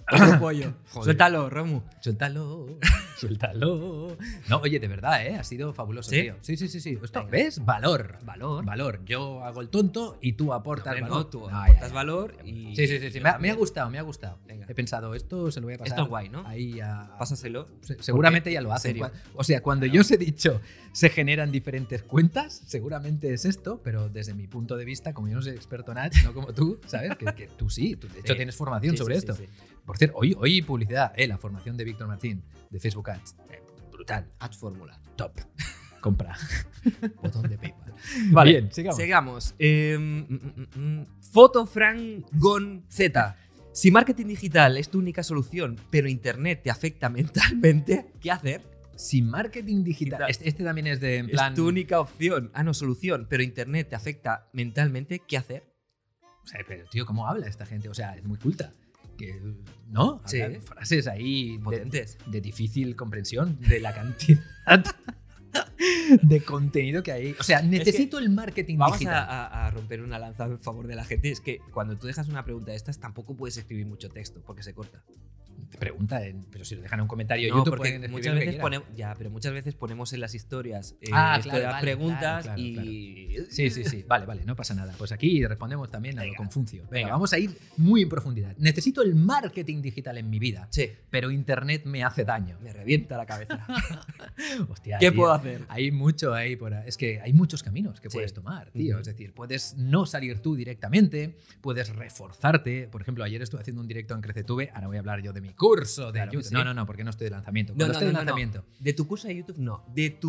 Otro pollo. Joder. Suéltalo, Romu. Suéltalo, suéltalo. No, oye, de verdad, ha sido fabuloso, ¿Sí? tío. Sí. Esto, Venga. ¿ves? Valor. Valor. Yo hago el tonto y tú aportas Hombre, valor. no, tú Ah, aportas ya. valor y... Sí. yo Me ha también. gustado. Venga. He pensado, esto se lo voy a pasar. Esto es guay, ¿no? Ahí a... Pásaselo. Seguramente ¿Por qué? ya lo hacen. ¿En serio? O sea, cuando yo os he dicho se generan diferentes cuentas, seguramente es esto, pero desde mi punto de vista, como yo no soy experto en ads, no como tú, ¿sabes? Que tú sí, tú de hecho Sí. tienes formación Sí, sobre sí, esto. sí. Por cierto, hoy publicidad, la formación de Víctor Martín de Facebook Ads. Brutal, Ad Fórmula. top. Compra. Botón de PayPal. Vale, Bien, sigamos. sigamos. Fotofran Gon Z. Si marketing digital es tu única solución, pero internet te afecta mentalmente, ¿qué hacer? Si marketing digital. Este también es de en plan. Es tu única opción. Ah, no, solución, pero internet te afecta mentalmente, ¿qué hacer? O sea, pero tío, ¿cómo habla esta gente? O sea, es muy culta. ¿No? Sí. Hablan frases ahí Potentes. de difícil comprensión de la cantidad de contenido que hay. O sea, necesito el marketing Vamos digital. a romper una lanza en favor de la gente. Es que cuando tú dejas una pregunta de estas, tampoco puedes escribir mucho texto porque se corta. Te pregunta, pero si lo dejan en un comentario No, YouTube, porque pueden escribir muchas lo que veces quieran. pero muchas veces ponemos en las historias Ah, esto claro, de las vale, preguntas claro, y. Sí. Vale, no pasa nada. Pues aquí respondemos también a lo Venga, Confucio. Venga, venga. vamos a ir muy en profundidad. Necesito el marketing digital en mi vida, Sí, pero Internet me hace daño. me revienta la cabeza. Hostia, ¿Qué tío. puedo hacer? Hay mucho ahí por ahí. Es que hay muchos caminos que Sí. puedes tomar, tío. Ujú. Es decir, puedes no salir tú directamente, puedes reforzarte. Por ejemplo, ayer estuve haciendo un directo en CreceTube. Ahora voy a hablar yo de mi curso de Claro que YouTube. sí. No, porque no estoy de lanzamiento. No, Cuando no, estoy de no, no, lanzamiento, De tu curso de YouTube, no.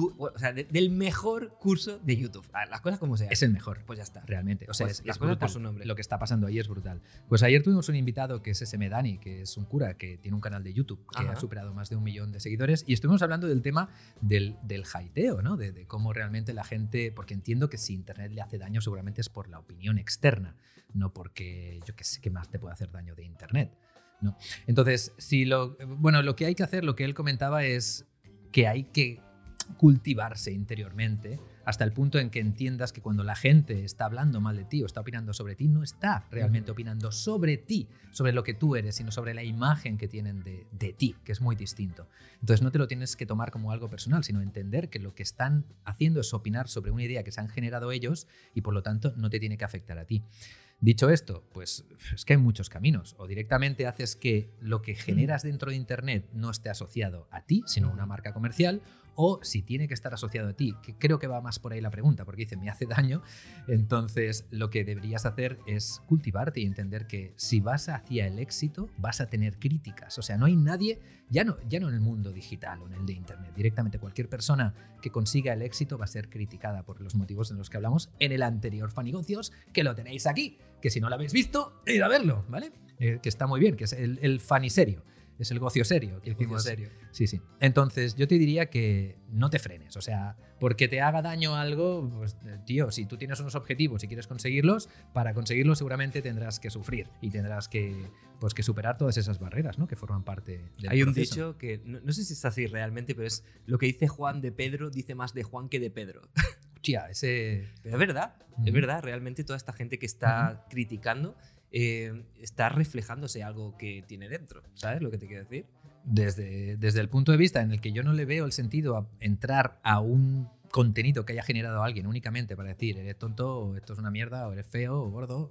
Del mejor curso de YouTube. Las cosas como sean. es el mejor. Pues ya está. Realmente. O sea, Pues es las cosas por brutal. su nombre. Lo que está pasando ahí es brutal. Pues ayer tuvimos un invitado que es SM Dani, que es un cura que tiene un canal de YouTube que Ajá. ha superado más de 1 millón de seguidores. Y estuvimos hablando del tema del hateo, ¿no? De cómo realmente la gente. Porque entiendo que si Internet le hace daño, seguramente es por la opinión externa, no porque yo qué sé qué más te puede hacer daño de Internet. ¿No? Entonces, lo que hay que hacer, lo que él comentaba es que hay que cultivarse interiormente hasta el punto en que entiendas que cuando la gente está hablando mal de ti o está opinando sobre ti, no está realmente opinando sobre ti, sobre lo que tú eres, sino sobre la imagen que tienen de ti, que es muy distinto. Entonces no te lo tienes que tomar como algo personal, sino entender que lo que están haciendo es opinar sobre una idea que se han generado ellos y por lo tanto no te tiene que afectar a ti. Dicho esto, pues es que hay muchos caminos. O directamente haces que lo que generas dentro de Internet no esté asociado a ti, sino a una marca comercial, o si tiene que estar asociado a ti, que creo que va más por ahí la pregunta, porque dice, me hace daño, entonces lo que deberías hacer es cultivarte y entender que si vas hacia el éxito, vas a tener críticas. O sea, no hay nadie, ya no en el mundo digital o en el de Internet, directamente cualquier persona que consiga el éxito va a ser criticada por los motivos en los que hablamos en el anterior Fanigocios, que lo tenéis aquí, que si no lo habéis visto, id a verlo, ¿vale? Que está muy bien, que es el Faniserio. Es el gocio serio que hicimos. serio. Sí. Entonces, yo te diría que no te frenes. O sea, porque te haga daño algo, pues, tío, si tú tienes unos objetivos y quieres conseguirlos, para conseguirlos seguramente tendrás que sufrir y tendrás que superar todas esas barreras, ¿no? Que forman parte del Hay un proceso. dicho que no sé si es así realmente, pero es lo que dice Juan de Pedro, dice más de Juan que de Pedro. Hostia, ese... Pero es verdad, Ujú. es verdad. Realmente toda esta gente que está criticando está reflejándose algo que tiene dentro. ¿Sabes lo que te quiero decir? Desde el punto de vista en el que yo no le veo el sentido a entrar a un contenido que haya generado alguien únicamente para decir eres tonto, o esto es una mierda, o eres feo, o gordo,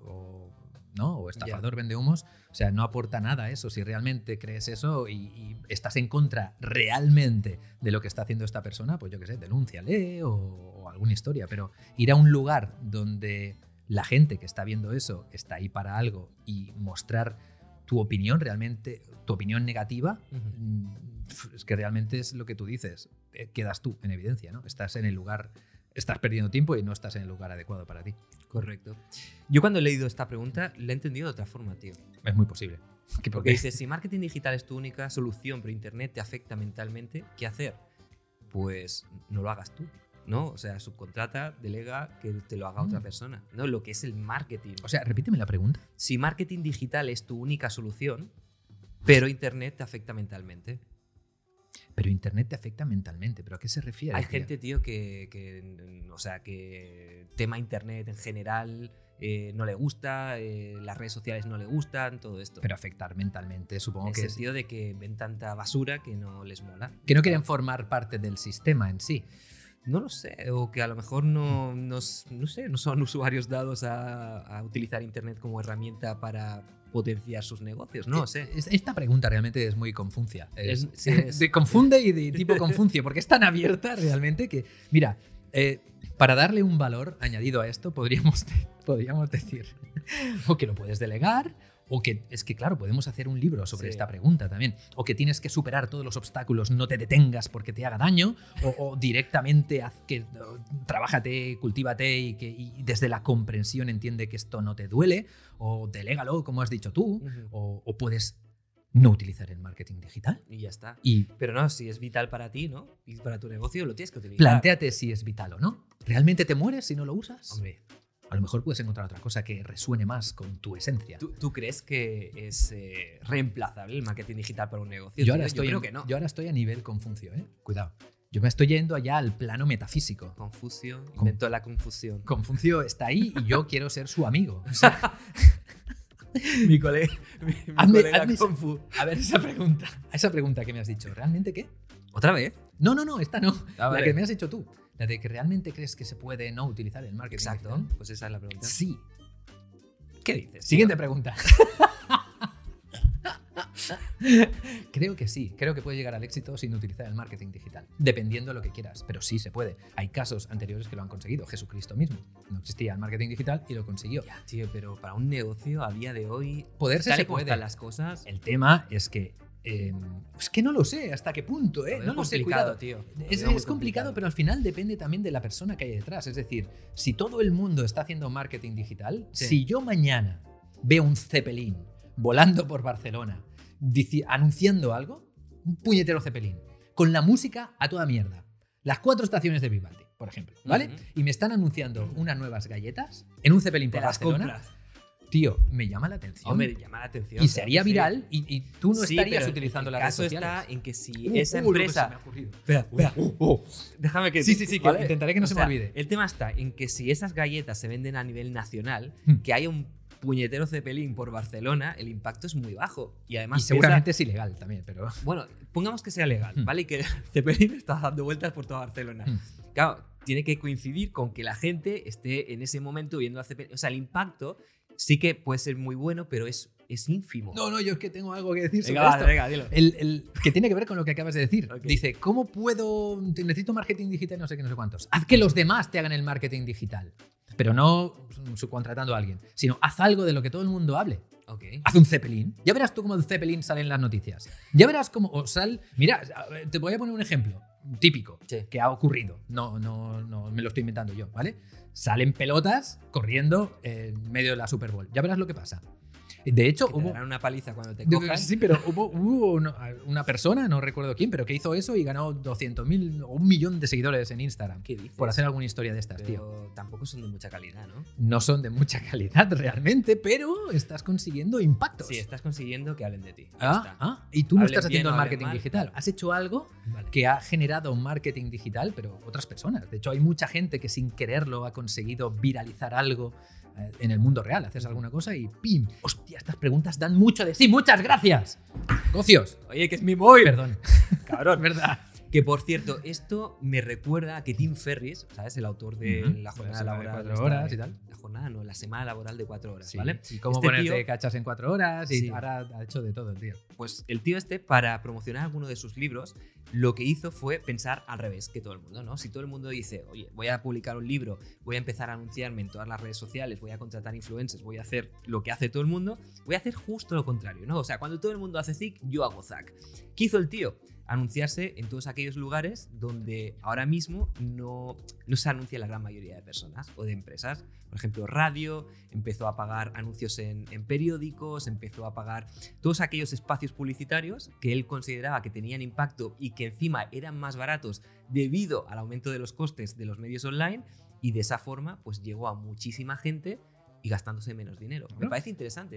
o estafador, vende humos. O sea, no aporta nada eso. Si realmente crees eso y estás en contra realmente de lo que está haciendo esta persona, pues yo qué sé, denúnciale o alguna historia. Pero ir a un lugar donde la gente que está viendo eso está ahí para algo y mostrar tu opinión realmente, tu opinión negativa, es que realmente es lo que tú dices. Quedas tú en evidencia, ¿no? Estás en el lugar, estás perdiendo tiempo y no estás en el lugar adecuado para ti. Correcto. Yo cuando he leído esta pregunta la he entendido de otra forma, tío. Es muy posible. Porque dices, si marketing digital es tu única solución, pero Internet te afecta mentalmente, ¿qué hacer? Pues no lo hagas tú, ¿no? O sea, subcontrata, delega, que te lo haga otra persona, ¿no? Lo que es el marketing. O sea, repíteme la pregunta. Si marketing digital es tu única solución, pero Internet te afecta mentalmente. Pero Internet te afecta mentalmente. ¿Pero a qué se refiere? Hay tío? gente, tío, que tema Internet en general no le gusta, las redes sociales no le gustan, todo esto. Pero afectar mentalmente, supongo en que el sentido de que ven tanta basura que no les mola. que no quieren formar parte del sistema en sí. No lo sé, o que a lo mejor no sé, no son usuarios dados a utilizar Internet como herramienta para potenciar sus negocios, no sé. Esta pregunta realmente es muy confuncia. Es- Confunde y de tipo confuncio, porque es tan abierta realmente que, mira, para darle un valor añadido a esto, podríamos decir o que lo puedes delegar, o que es que, claro, podemos hacer un libro sobre esta pregunta también, o que tienes que superar todos los obstáculos, no te detengas porque te haga daño, o directamente trabájate, cultívate y desde la comprensión entiende que esto no te duele, o delégalo, como has dicho tú, o puedes no utilizar el marketing digital. Y ya está. Y Pero no, si es vital para ti, ¿no? Y para tu negocio lo tienes que utilizar. plantéate si es vital o no. ¿Realmente te mueres si no lo usas? Hombre, A lo mejor puedes encontrar otra cosa que resuene más con tu esencia. ¿tú crees que es reemplazable el marketing digital para un negocio? Yo Yo creo que no. Yo ahora estoy a nivel Confucio, ¿eh? Cuidado. Yo me estoy yendo allá al plano metafísico. Confucio inventó la confusión. Confucio está ahí y yo quiero ser su amigo. O sea, mi colega, hazme Confu. a ver esa pregunta que me has dicho. ¿Realmente qué? ¿Otra vez? No, esta no. Ah, vale. La que me has hecho tú. La de que realmente crees que se puede no utilizar el marketing Exacto. digital. Pues esa es la pregunta. Sí. ¿Qué dices? Siguiente pregunta. Creo que sí, creo que puede llegar al éxito sin utilizar el marketing digital, dependiendo de lo que quieras, pero sí se puede. Hay casos anteriores que lo han conseguido. Jesucristo mismo no existía el marketing digital y lo consiguió. Ya, tío, pero para un negocio a día de hoy, Poderse tal se y como puede. están las cosas, El tema es que no lo sé hasta qué punto, lo veo no lo sé, complicado, cuidado. tío. Lo Es veo muy complicado, pero al final depende también de la persona que hay detrás. Es decir, si todo el mundo está haciendo marketing digital, Sí. si yo mañana veo un Zeppelin volando por Barcelona anunciando algo, un puñetero Zeppelin, con la música a toda mierda, las 4 estaciones de Vivaldi, por ejemplo, ¿vale? Ujú. Y me están anunciando unas nuevas galletas en un Zeppelin Te por las Barcelona, compras. tío, me llama la atención. Hombre, llama la atención. y claro sería que sí. viral y tú no Sí, estarías pero utilizando el las redes caso sociales. está en que si esa lo que se empresa... me ha ocurrido. Espera, déjame que... Sí, que ¿vale? intentaré que no O se sea, me olvide. El tema está en que si esas galletas se venden a nivel nacional, Hmm. que haya un puñetero Zeppelin por Barcelona, el impacto es muy bajo. Y además Y seguramente es ilegal también, pero... bueno, pongamos que sea legal, Hmm. ¿vale? Y que el Zeppelin está dando vueltas por toda Barcelona. Hmm. Claro, tiene que coincidir con que la gente esté en ese momento viendo a Zeppelin. O sea, el impacto sí que puede ser muy bueno, pero es ínfimo. No, yo es que tengo algo que decir sobre venga, esto. venga, dilo. El que tiene que ver con lo que acabas de decir. Ok. Dice, ¿cómo puedo...? Necesito marketing digital, no sé qué, no sé cuántos. Haz que los demás te hagan el marketing digital. Pero no subcontratando a alguien, sino haz algo de lo que todo el mundo hable. Ok. Haz un Zeppelin. Ya verás tú cómo el Zeppelin sale en las noticias. Ya verás cómo... Mira, te voy a poner un ejemplo típico Sí. que ha ocurrido. No me lo estoy inventando yo, ¿vale? Salen pelotas corriendo en medio de la Super Bowl. Ya verás lo que pasa. De hecho, Que te hubo... darán una paliza cuando te cojan. Sí, pero hubo una persona, no recuerdo quién, pero que hizo eso y ganó 200.000 o 1 millón de seguidores en Instagram. ¿Qué dices? Por hacer alguna historia de estas, Pero tío. tampoco son de mucha calidad, ¿no? No son de mucha calidad realmente, pero estás consiguiendo impactos. Sí, estás consiguiendo que hablen de ti. Ya está. Y tú no Hablen estás bien haciendo o el hablen marketing mal, digital. claro. Has hecho algo Vale. que ha generado un marketing digital, pero otras personas. De hecho, hay mucha gente que sin quererlo ha conseguido viralizar algo en el mundo real. Haces alguna cosa y ¡pim! Hostia, estas preguntas dan mucho de sí. ¡Muchas gracias! Cocios. Oye, que es mi móvil. Perdón. Cabrón. ¿Verdad? Que por cierto, esto me recuerda a que Tim Ferriss, ¿sabes? El autor de Ujú. la jornada semana de laboral. 4 horas y tal. La jornada, no, la semana laboral de 4 horas, Sí. ¿vale? Y cómo Este ponerte tío- cachas en 4 horas y Sí. ahora ha hecho de todo el tío. Pues el tío este, para promocionar alguno de sus libros, lo que hizo fue pensar al revés que todo el mundo, ¿no? Si todo el mundo dice, oye, voy a publicar un libro, voy a empezar a anunciarme en todas las redes sociales, voy a contratar influencers, voy a hacer lo que hace todo el mundo, voy a hacer justo lo contrario, ¿no? O sea, cuando todo el mundo hace zic, yo hago zac. ¿Qué hizo el tío? Anunciarse en todos aquellos lugares donde ahora mismo no se anuncia la gran mayoría de personas o de empresas. Por ejemplo, radio, empezó a pagar anuncios en periódicos, empezó a pagar todos aquellos espacios publicitarios que él consideraba que tenían impacto y que encima eran más baratos debido al aumento de los costes de los medios online, y de esa forma pues llegó a muchísima gente y gastándose menos dinero. Me parece interesante,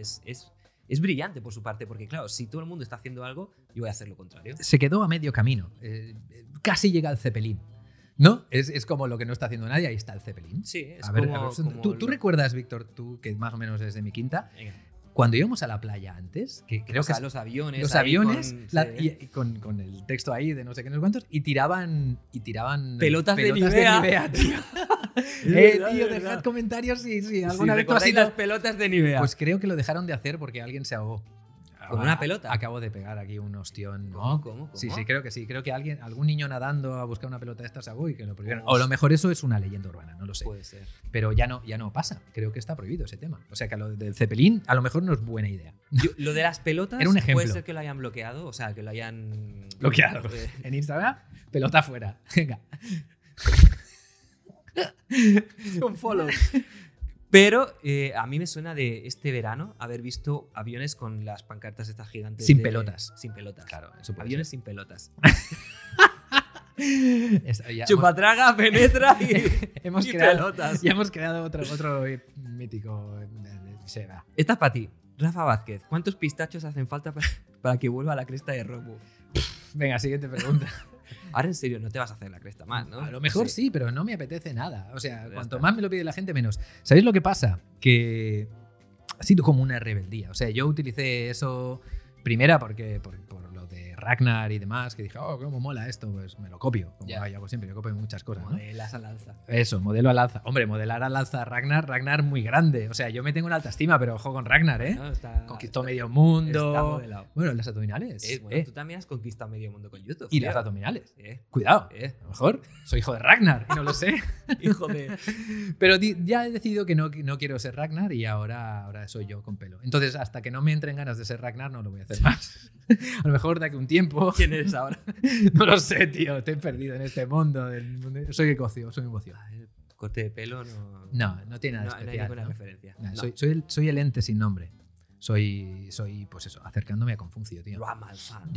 es brillante por su parte, porque claro, si todo el mundo está haciendo algo, yo voy a hacer lo contrario. Se quedó a medio camino. Casi llega al Zeppelin. No, es como lo que no está haciendo nadie. Ahí está el Zeppelin. Sí, es A ver, como ¿tú recuerdas, Víctor, tú que más o menos es de mi quinta, Venga. cuando íbamos a la playa antes, que creo O sea, que los aviones. los ahí aviones sí. y con el texto ahí de no sé qué, no sé cuántos, y tiraban Pelotas de Nivea. tío. verdad, Tío, es dejad verdad. comentarios si Sí, alguna vez tú has ¿recordáis ido. las pelotas de Nivea? Pues creo que lo dejaron de hacer porque alguien se ahogó. ¿Con una pelota? Acabo de pegar aquí un ostión. ¿Cómo, ¿no? cómo? Sí, creo que sí. Creo que algún niño nadando a buscar una pelota de estas se ahogó y que lo prohibieron. Hostia. O a lo mejor eso es una leyenda urbana, no lo sé. Puede ser. Pero ya no pasa. Creo que está prohibido ese tema. O sea que lo del Zeppelin a lo mejor no es buena idea. Lo de las pelotas Era un ejemplo. puede ser que lo hayan bloqueado, o sea, que lo hayan... Bloqueado. En Instagram, pelota fuera. Venga. Un follow. Pero a mí me suena de este verano haber visto aviones con las pancartas estas gigantes. Sin pelotas. Sin pelotas. Claro, eso puede Aviones ser. sin pelotas. Chupatraga, Chupatraga, penetra y, hemos y creado, pelotas. ya hemos creado otro mítico. Se va. Esta es para ti. Rafa Vázquez, ¿cuántos pistachos hacen falta para que vuelva a la cresta de Romu? Venga, siguiente pregunta. Ahora en serio, no te vas a hacer la cresta más, ¿no? A lo mejor sí, pero no me apetece nada. O sea, Ya cuanto está. más me lo pide la gente, menos. ¿Sabéis lo que pasa? Que ha sido como una rebeldía. O sea, yo utilicé eso primera porque por lo de Ragnar y demás, que dije, oh, cómo mola esto, pues me lo copio. Como Ya. hago siempre, yo copio muchas cosas, ¿no? Modelas al alza. Eso, modelo al alza. Hombre, modelar al alza a Ragnar muy grande. O sea, yo me tengo una alta estima, pero ojo con Ragnar, ¿eh? No, está- Conquistó está- medio Está mundo. modelado. Bueno, las abdominales. Bueno, tú también has conquistado medio mundo con YouTube. Y tío. las abdominales. Eh, Cuidado. eh, A lo mejor soy hijo de Ragnar y no lo sé. hijo de... Pero ya he decidido que no quiero ser Ragnar y ahora soy yo con pelo. Entonces, hasta que no me entren ganas de ser Ragnar, no lo voy a hacer más. A lo mejor de aquí a un tiempo. ¿Quién eres ahora? No lo sé, tío. Estoy perdido en este mundo. Soy ecocio, soy un bocio. El corte de pelo no... No tiene nada no hay especial. ninguna ¿no? referencia. Nah, No. soy el ente sin nombre. Soy, pues eso, acercándome a Confucio, tío. Ramal fans.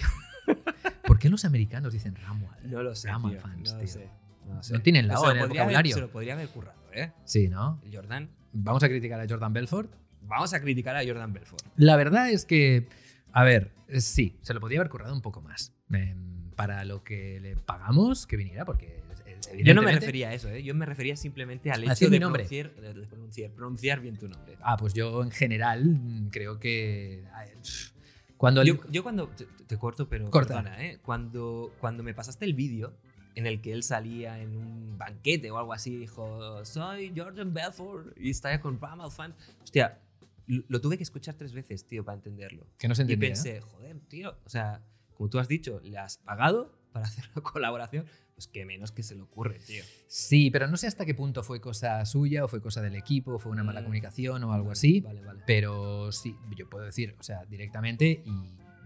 ¿Por qué los americanos dicen Ramal? No lo sé, Ramal tío, fans, no tío. lo sé. No, sé. No tienen la Pero O se en lo el podría vocabulario. se lo podría haber currado, ¿eh? Sí, ¿no? El Jordan. Vamos a criticar a Jordan Belfort. Vamos a criticar a Jordan Belfort. La verdad es que, a ver, sí, se lo podría haber currado un poco más. Para lo que le pagamos, que viniera, porque Yo no me evidentemente- refería a eso, ¿eh? Yo me refería simplemente al Decir hecho mi de nombre. pronunciar bien tu nombre. Ah, pues yo en general creo que cuando Yo cuando... Te corto, pero Corta. perdona, ¿eh? Cuando me pasaste el vídeo en el que él salía en un banquete o algo así, dijo, soy Jordan Belfort y estaba con Ramal fan. Hostia, lo tuve que escuchar 3 veces, tío, para entenderlo. que no se Y entendía. pensé, joder, tío, o sea, como tú has dicho, le has pagado para hacer la colaboración, pues que menos que se le ocurre, tío. Sí, pero no sé hasta qué punto fue cosa suya o fue cosa del equipo, fue una mala Mm. comunicación o algo así. Vale. Pero sí, yo puedo decir, o sea, directamente y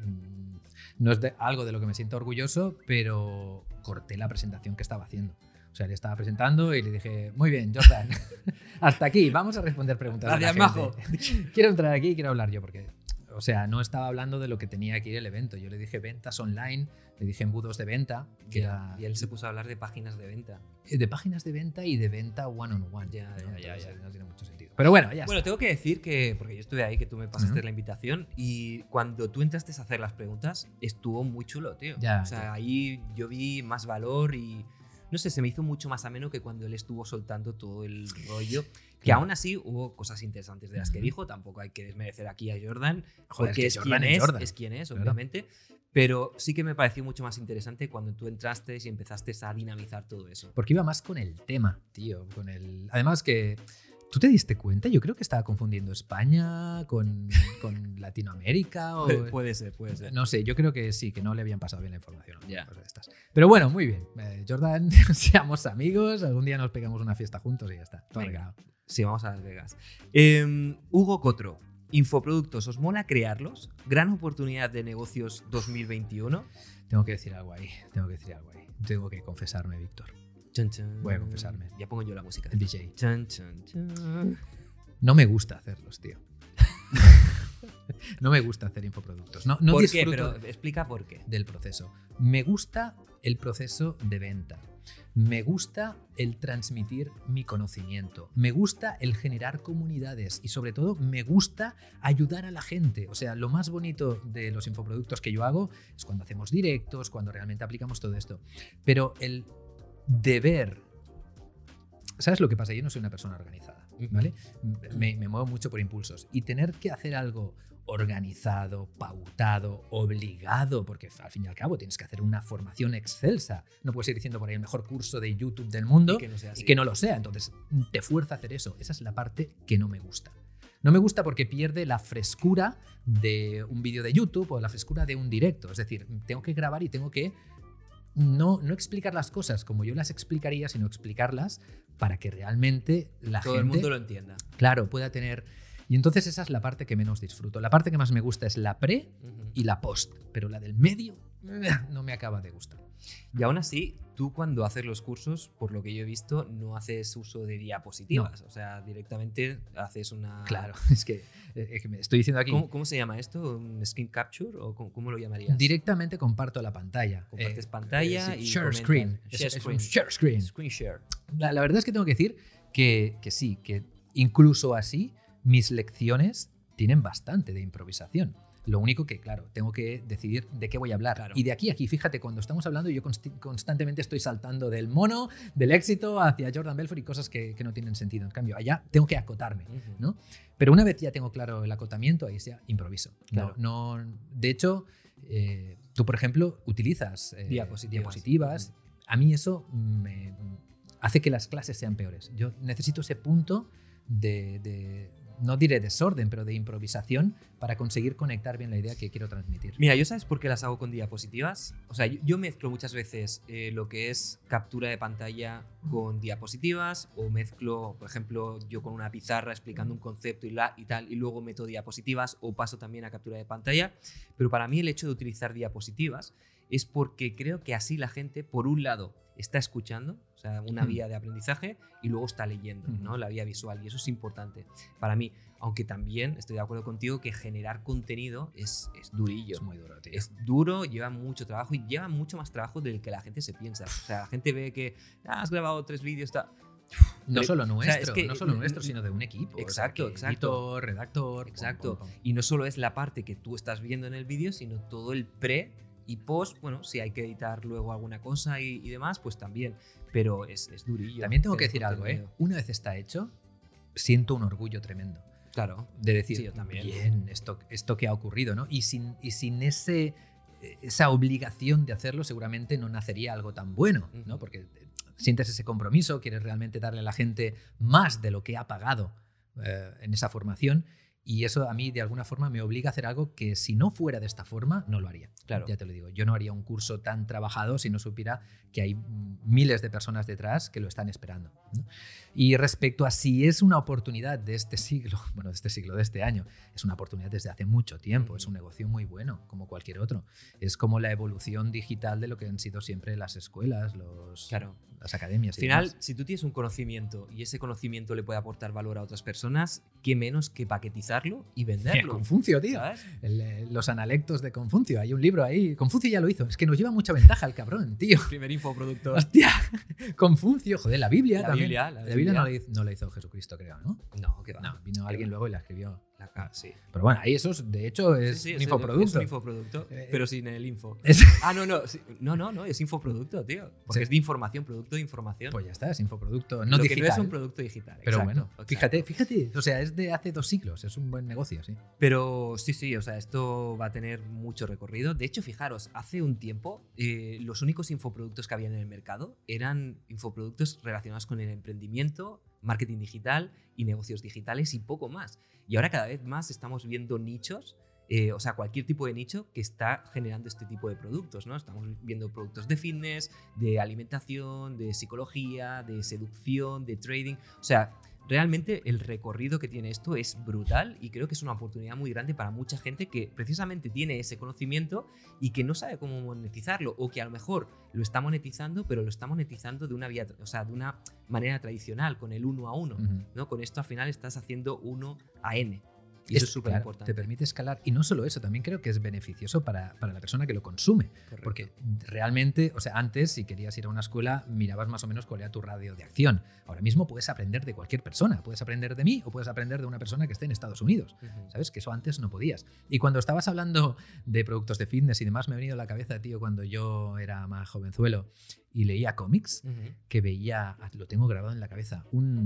no es algo de lo que me siento orgulloso, pero corté la presentación que estaba haciendo. O sea, le estaba presentando y le dije, muy bien, Jordan, hasta aquí, vamos a responder preguntas. de la Gracias, gente. majo. Quiero entrar aquí y quiero hablar yo porque, o sea, no estaba hablando de lo que tenía que ir el evento. Yo le dije ventas online, le dije embudos de venta, que era Y él se puso a hablar de páginas de venta. de páginas de venta y de venta one-on-one. Ya, ¿no? ya. Entonces, no tiene mucho sentido. Pero bueno, ya Bueno, está. tengo que decir que, porque yo estuve ahí, que tú me pasaste Ujú. la invitación y cuando tú entraste a hacer las preguntas, estuvo muy chulo, tío. Ya, o sea, ya. ahí yo vi más valor y, no sé, se me hizo mucho más ameno que cuando él estuvo soltando todo el rollo. Que Claro. aún así hubo cosas interesantes de las que Ujú. dijo, tampoco hay que desmerecer aquí a Jordan, Joder, porque es es que Jordan quien es es, Jordan. es quien es, Claro. obviamente. Pero sí que me pareció mucho más interesante cuando tú entraste y empezaste a dinamizar todo eso. Porque iba más con el tema, tío. Además que... ¿Tú te diste cuenta? Yo creo que estaba confundiendo España con Latinoamérica. O... Puede ser. No sé, yo creo que sí, que no le habían pasado bien la información. Ya. Cosas de estas. Pero bueno, muy bien. Jordan, seamos amigos. Algún día nos pegamos una fiesta juntos y ya está. Todo Venga. arreglado. Sí, vamos a Las Vegas. Hugo Cotro, infoproductos, ¿os mola crearlos? Gran oportunidad de negocios 2021. Tengo que decir algo ahí. Tengo que confesarme, Víctor. Chan, chan. Voy a confesarme. Ya pongo yo la música. El DJ. Chan, chan, chan. No me gusta hacerlos, tío. No me gusta hacer infoproductos. No ¿Por qué? disfruto Pero explica por qué. del proceso. Me gusta el proceso de venta. Me gusta el transmitir mi conocimiento. Me gusta el generar comunidades y sobre todo me gusta ayudar a la gente. O sea, lo más bonito de los infoproductos que yo hago es cuando hacemos directos, cuando realmente aplicamos todo esto. Pero de ver. ¿Sabes lo que pasa? Yo no soy una persona organizada, ¿vale? Me muevo mucho por impulsos. Y tener que hacer algo organizado, pautado, obligado, porque al fin y al cabo tienes que hacer una formación excelsa. No puedes ir diciendo por ahí el mejor curso de YouTube del mundo y que no lo sea. Entonces te fuerza a hacer eso. Esa es la parte que no me gusta. No me gusta porque pierde la frescura de un vídeo de YouTube o la frescura de un directo. Es decir, tengo que grabar y tengo que no explicar las cosas como yo las explicaría, sino explicarlas para que realmente todo el mundo lo entienda. Claro, pueda tener. Y entonces esa es la parte que menos disfruto. La parte que más me gusta es la pre y la post, pero la del medio no me acaba de gustar. Y aún así, tú cuando haces los cursos, por lo que yo he visto, no haces uso de diapositivas. No. O sea, directamente haces una... Claro, es que me estoy diciendo aquí... ¿Cómo se llama esto? ¿Un screen capture? ¿O cómo lo llamarías? Directamente comparto la pantalla. Compartes pantalla sí, y share screen. Es un share screen. Screen share. La verdad es que tengo que decir que sí, que incluso así mis lecciones tienen bastante de improvisación. Lo único que, claro, tengo que decidir de qué voy a hablar. Claro. Y de aquí a aquí, fíjate, cuando estamos hablando yo constantemente estoy saltando del mono, del éxito, hacia Jordan Belfort y cosas que no tienen sentido. En cambio, allá tengo que acotarme, ¿no? Pero una vez ya tengo claro el acotamiento, ahí sea improviso. Claro. De hecho, tú, por ejemplo, utilizas diapositivas. A mí eso me hace que las clases sean peores. Yo necesito ese punto no diré desorden, pero de improvisación para conseguir conectar bien la idea que quiero transmitir. Mira, ¿yo sabes por qué las hago con diapositivas? O sea, yo mezclo muchas veces lo que es captura de pantalla con diapositivas, o mezclo, por ejemplo, yo con una pizarra explicando un concepto y tal, y luego meto diapositivas, o paso también a captura de pantalla. Pero para mí el hecho de utilizar diapositivas es porque creo que así la gente, por un lado, está escuchando, o sea, una vía de aprendizaje, y luego está leyendo, ¿no? La vía visual, y eso es importante para mí. Aunque también estoy de acuerdo contigo que generar contenido es durillo. Es muy duro, tío. Es duro, lleva mucho trabajo y lleva mucho más trabajo del que la gente se piensa. O sea, la gente ve que has grabado 3 vídeos, no solo nuestro, o sea, no solo nuestro, sino de un equipo. Exacto, exacto. Editor, redactor. Exacto. Y no solo es la parte que tú estás viendo en el vídeo, sino todo el pre y post. Bueno, si hay que editar luego alguna cosa y demás, pues también. Pero es durillo. También tengo que decir algo, ¿eh? Una vez está hecho, siento un orgullo tremendo. Claro. De decir, sí, yo también. Bien, esto que ha ocurrido, ¿no? Y sin esa obligación de hacerlo, seguramente no nacería algo tan bueno, ¿no? Porque sientes ese compromiso, quieres realmente darle a la gente más de lo que ha pagado en esa formación. Y eso a mí, de alguna forma, me obliga a hacer algo que si no fuera de esta forma, no lo haría. Claro. Ya te lo digo. Yo no haría un curso tan trabajado si no supiera que hay miles de personas detrás que lo están esperando, ¿no? Y respecto a si es una oportunidad de este siglo, de este año, es una oportunidad desde hace mucho tiempo. Es un negocio muy bueno, como cualquier otro. Es como la evolución digital de lo que han sido siempre las escuelas, las academias. Al final, si tú tienes un conocimiento y ese conocimiento le puede aportar valor a otras personas, ¿qué menos que paquetizarlo y venderlo? Confucio, tío. ¿Sabes? Los analectos de Confucio. Hay un libro ahí. Confucio ya lo hizo. Es que nos lleva mucha ventaja el cabrón, tío. Primer infoproducto. Hostia. Confucio. Joder, la Biblia también. La Biblia no la hizo Jesucristo, creo, ¿no? No, que va. No, vino alguien luego y la escribió. Sí. Pero bueno, ahí eso de hecho es un infoproducto. Es un infoproducto, pero sin el info. No, es infoproducto, tío. Porque es de información, producto de información. Pues ya está, es infoproducto, no digital. Que no es un producto digital. Pero exacto, bueno, fíjate, o sea, es de hace 2 siglos, es un buen negocio, sí. Pero sí, o sea, esto va a tener mucho recorrido. De hecho, fijaros, hace un tiempo los únicos infoproductos que había en el mercado eran infoproductos relacionados con el emprendimiento, marketing digital y negocios digitales y poco más. Y ahora cada vez más estamos viendo nichos, o sea, cualquier tipo de nicho que está generando este tipo de productos, ¿no? Estamos viendo productos de fitness, de alimentación, de psicología, de seducción, de trading. O sea, realmente el recorrido que tiene esto es brutal y creo que es una oportunidad muy grande para mucha gente que precisamente tiene ese conocimiento y que no sabe cómo monetizarlo, o que a lo mejor lo está monetizando, pero lo está monetizando de una vía, o sea, de una manera tradicional, con el 1 a 1, ¿no? Con esto al final estás haciendo 1 a N. Y eso es súper importante. Te permite escalar. Y no solo eso, también creo que es beneficioso para la persona que lo consume. Correcto. Porque realmente, o sea, antes si querías ir a una escuela, mirabas más o menos cuál era tu radio de acción. Ahora mismo puedes aprender de cualquier persona. Puedes aprender de mí o puedes aprender de una persona que esté en Estados Unidos. ¿Sabes? Que eso antes no podías. Y cuando estabas hablando de productos de fitness y demás, me ha venido a la cabeza, tío, cuando yo era más jovenzuelo y leía cómics, que veía, lo tengo grabado en la cabeza,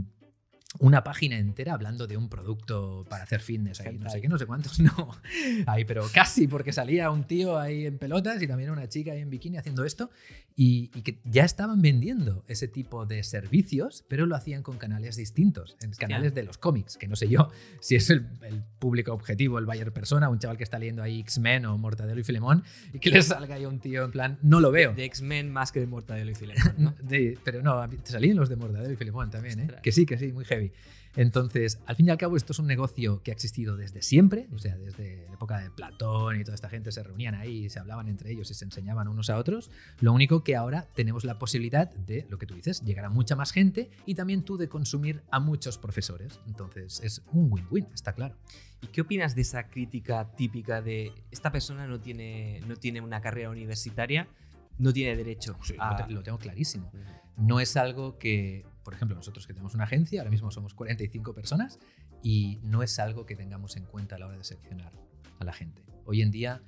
una página entera hablando de un producto para hacer fitness. Ahí, no sé qué, no sé cuántos, no. Ahí, pero casi, porque salía un tío ahí en pelotas y también una chica ahí en bikini haciendo esto y que ya estaban vendiendo ese tipo de servicios, pero lo hacían con canales distintos, en canales de los cómics, que no sé yo si es el público objetivo, el buyer persona, un chaval que está leyendo ahí X-Men o Mortadelo y Filemón y que le salga ahí un tío en plan, no lo veo. De X-Men más que de Mortadelo y Filemón, ¿no? Sí, pero no, te salían los de Mortadelo y Filemón también, ¿eh? Que sí, muy heavy. Entonces, al fin y al cabo, esto es un negocio que ha existido desde siempre, o sea, desde la época de Platón y toda esta gente se reunían ahí, se hablaban entre ellos y se enseñaban unos a otros. Lo único que ahora tenemos la posibilidad de, lo que tú dices, llegar a mucha más gente y también tú de consumir a muchos profesores. Entonces, es un win-win, está claro. ¿Y qué opinas de esa crítica típica de esta persona no tiene una carrera universitaria, no tiene derecho a... Lo tengo clarísimo. No es algo que, por ejemplo, nosotros que tenemos una agencia, ahora mismo somos 45 personas y no es algo que tengamos en cuenta a la hora de seleccionar a la gente. Hoy en día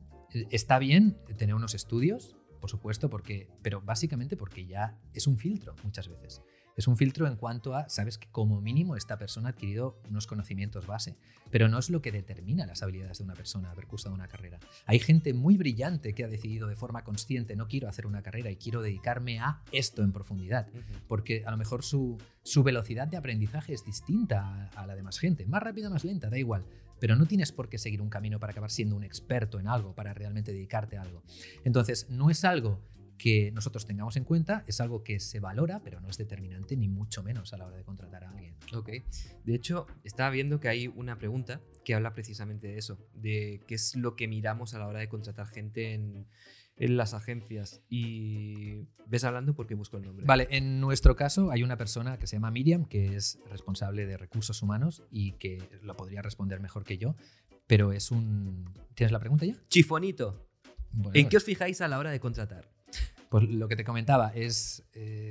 está bien tener unos estudios, por supuesto, pero básicamente porque ya es un filtro muchas veces. Es un filtro en cuanto a, sabes que como mínimo esta persona ha adquirido unos conocimientos base, pero no es lo que determina las habilidades de una persona haber cursado una carrera. Hay gente muy brillante que ha decidido de forma consciente, no quiero hacer una carrera y quiero dedicarme a esto en profundidad, porque a lo mejor su velocidad de aprendizaje es distinta a la de más gente, más rápida, más lenta, da igual, pero no tienes por qué seguir un camino para acabar siendo un experto en algo, para realmente dedicarte a algo. Entonces, no es algo que nosotros tengamos en cuenta, es algo que se valora, pero no es determinante ni mucho menos a la hora de contratar a alguien. Ok. De hecho, estaba viendo que hay una pregunta que habla precisamente de eso, de qué es lo que miramos a la hora de contratar gente en las agencias. Y ves hablando porque busco el nombre. Vale, en nuestro caso hay una persona que se llama Miriam, que es responsable de recursos humanos y que lo podría responder mejor que yo, pero es un... ¿Tienes la pregunta ya? Chifonito. Bueno, ¿En qué os fijáis a la hora de contratar? Pues lo que te comentaba es...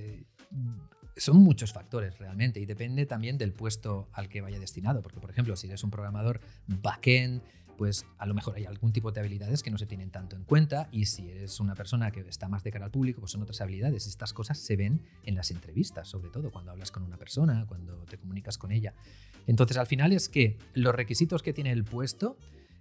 son muchos factores realmente y depende también del puesto al que vaya destinado, porque por ejemplo si eres un programador backend, pues a lo mejor hay algún tipo de habilidades que no se tienen tanto en cuenta, y si eres una persona que está más de cara al público, pues son otras habilidades. Estas cosas se ven en las entrevistas, sobre todo cuando hablas con una persona, cuando te comunicas con ella. Entonces al final es que los requisitos que tiene el puesto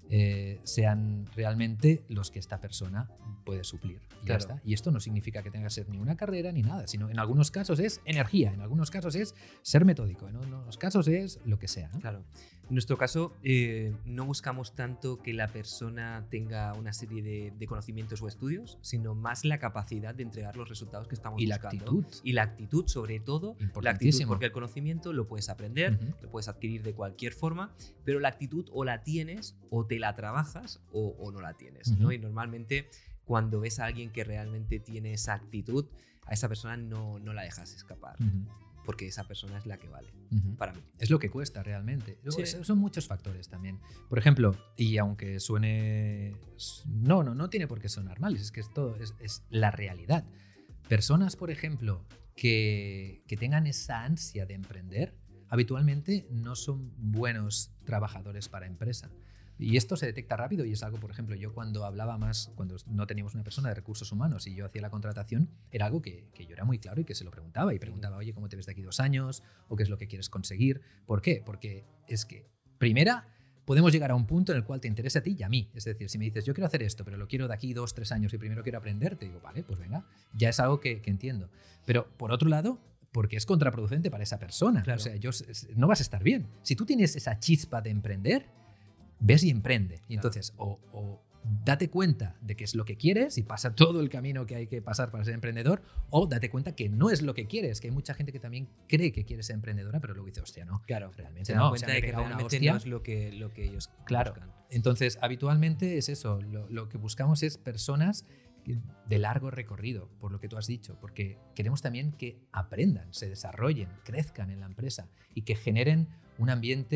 sean realmente los que esta persona puede suplir. Y ya está. Y esto no significa que tenga que ser ni una carrera ni nada, sino en algunos casos es energía, en algunos casos es ser metódico, en otros casos es lo que sea, ¿no? Claro. En nuestro caso, no buscamos tanto que la persona tenga una serie de conocimientos o estudios, sino más la capacidad de entregar los resultados que estamos buscando. Actitud. Y la actitud, sobre todo. La actitud, porque el conocimiento lo puedes aprender, lo puedes adquirir de cualquier forma, pero la actitud o la tienes, o te la trabajas, o no la tienes, ¿no? Y normalmente, cuando ves a alguien que realmente tiene esa actitud, a esa persona no la dejas escapar. Porque esa persona es la que vale, para mí. Es lo que cuesta realmente. Sí. Son muchos factores también. Por ejemplo, y aunque suene... No tiene por qué sonar mal, es que esto es la realidad. Personas, por ejemplo, que tengan esa ansia de emprender, habitualmente no son buenos trabajadores para empresa. Y esto se detecta rápido y es algo, por ejemplo, yo cuando no teníamos una persona de recursos humanos y yo hacía la contratación, era algo que yo era muy claro y que se lo preguntaba. Y preguntaba, oye, ¿cómo te ves de aquí 2 años? ¿O qué es lo que quieres conseguir? ¿Por qué? Porque es que, primera, podemos llegar a un punto en el cual te interesa a ti y a mí. Es decir, si me dices, yo quiero hacer esto, pero lo quiero de aquí 2, 3 años y primero quiero aprender, te digo, vale, pues venga, ya es algo que entiendo. Pero, por otro lado, porque es contraproducente para esa persona. Claro. O sea, no vas a estar bien. Si tú tienes esa chispa de emprender, ves y emprende. Y entonces, o date cuenta de qué es lo que quieres y pasa todo el camino que hay que pasar para ser emprendedor, o date cuenta que no es lo que quieres, que hay mucha gente que también cree que quiere ser emprendedora, pero luego dice, hostia, no. Claro, realmente se dan cuenta de que realmente no es lo que ellos buscan. Entonces, habitualmente es eso. Lo que buscamos es personas de largo recorrido, por lo que tú has dicho, porque queremos también que aprendan, se desarrollen, crezcan en la empresa y que generen un ambiente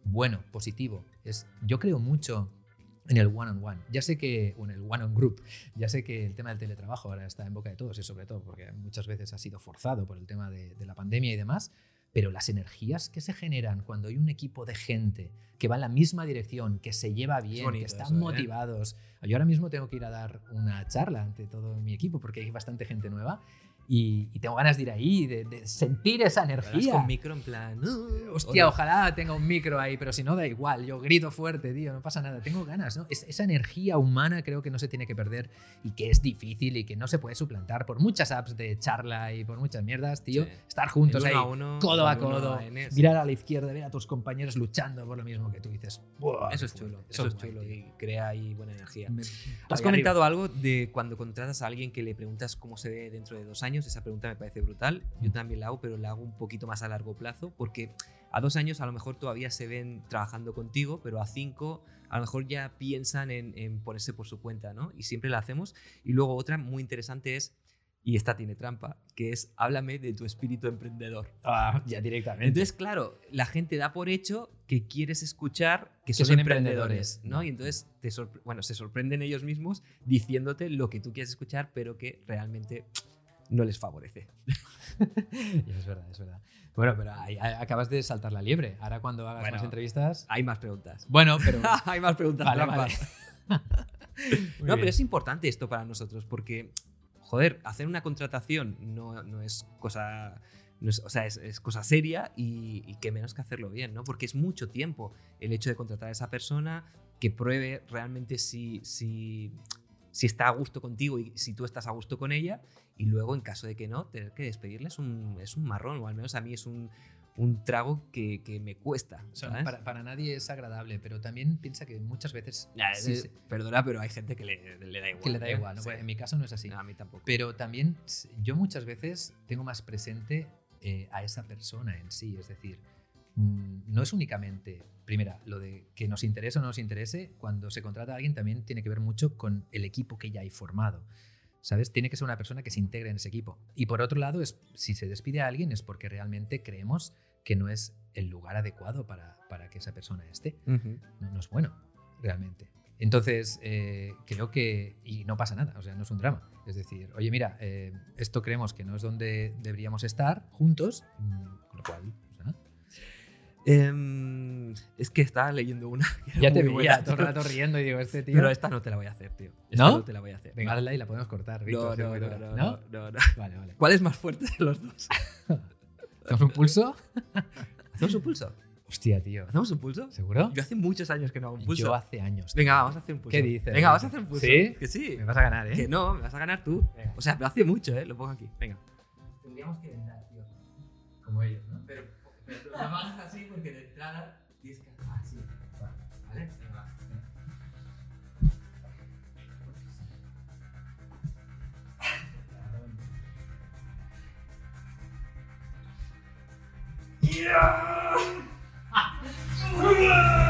bueno, positivo. Yo creo mucho en el one-on-one. Ya sé que, o en el one-on-group, ya sé que el tema del teletrabajo ahora está en boca de todos y sobre todo porque muchas veces ha sido forzado por el tema de la pandemia y demás, pero las energías que se generan cuando hay un equipo de gente que va en la misma dirección, que se lleva bien, bonito que están eso, motivados. Yo ahora mismo tengo que ir a dar una charla ante todo mi equipo porque hay bastante gente nueva y tengo ganas de ir ahí, de sentir esa energía. Con micro en plan... Hostia, ojalá tenga un micro ahí, pero si no da igual, yo grito fuerte, tío, no pasa nada, tengo ganas, ¿no? Esa energía humana creo que no se tiene que perder y que es difícil y que no se puede suplantar por muchas apps de charla y por muchas mierdas, tío. Sí. Estar juntos ahí, uno, codo a codo, NS. mirar a la izquierda, ver a tus compañeros luchando por lo mismo que tú dices. Eso es chulo, eso es chulo y crea ahí buena energía. Has Ahí comentado algo de cuando contratas a alguien que le preguntas cómo se ve dentro de 2 años. Esa pregunta me parece brutal. Yo también la hago, pero la hago un poquito más a largo plazo porque a 2 años a lo mejor todavía se ven trabajando contigo, pero a 5 a lo mejor ya piensan en ponerse por su cuenta, ¿no? Y siempre la hacemos. Y luego otra muy interesante es, y esta tiene trampa, que es háblame de tu espíritu emprendedor. Ya directamente. Entonces, claro, la gente da por hecho que quieres escuchar que son emprendedores, ¿no? Y entonces se sorprenden ellos mismos diciéndote lo que tú quieres escuchar, pero que realmente no les favorece. Es verdad, es verdad. Bueno, pero ahí acabas de saltar la liebre. Ahora cuando hagas más entrevistas... Hay más preguntas. Bueno, pero... hay más preguntas. Vale. No, pero es importante esto para nosotros porque, joder, hacer una contratación no es cosa... o sea, es cosa seria y qué menos que hacerlo bien, ¿no? Porque es mucho tiempo el hecho de contratar a esa persona que pruebe realmente si está a gusto contigo y si tú estás a gusto con ella, y luego, en caso de que no, tener que despedirle es un marrón, o al menos a mí es un trago que me cuesta. Para nadie es agradable, pero también piensa que muchas veces... Perdona, pero hay gente que le da igual. Que le da igual, ¿no? Sí. En mi caso no es así. No, a mí tampoco. Pero también yo muchas veces tengo más presente a esa persona en sí, es decir, no es únicamente, primera, lo de que nos interese o no nos interese, cuando se contrata a alguien también tiene que ver mucho con el equipo que ya hay formado, ¿sabes? Tiene que ser una persona que se integre en ese equipo. Y por otro lado, si se despide a alguien es porque realmente creemos que no es el lugar adecuado para que esa persona esté. Uh-huh. No es bueno, realmente. Entonces, creo que... Y no pasa nada, o sea, no es un drama. Es decir, oye, mira, esto creemos que no es donde deberíamos estar juntos, con lo cual... Es que estaba leyendo una. Ya te veía todo el rato riendo y digo, este tío. Pero esta no te la voy a hacer, tío. ¿No? Te la voy a hacer. Venga, hazla y la podemos cortar, Víctor. No. Vale. ¿Cuál es más fuerte de los dos? ¿Hacemos un pulso? ¿Hacemos un pulso? Hostia, tío. ¿Hacemos un pulso? ¿Seguro? Yo hace muchos años que no hago un pulso. Yo hace años. Venga, vamos a hacer un pulso. ¿Qué dices? Venga, vamos a hacer un pulso. ¿Sí? Que sí. Me vas a ganar, ¿eh? Que no, me vas a ganar tú. Venga. O sea, pero hace mucho, ¿eh? Lo pongo aquí. Venga. Tendríamos que vendar, tío. Como ellos, ¿no? Pero lo hagas así porque de entrada tienes que hacer así. ¿Vale? Venga. ¡Yeah!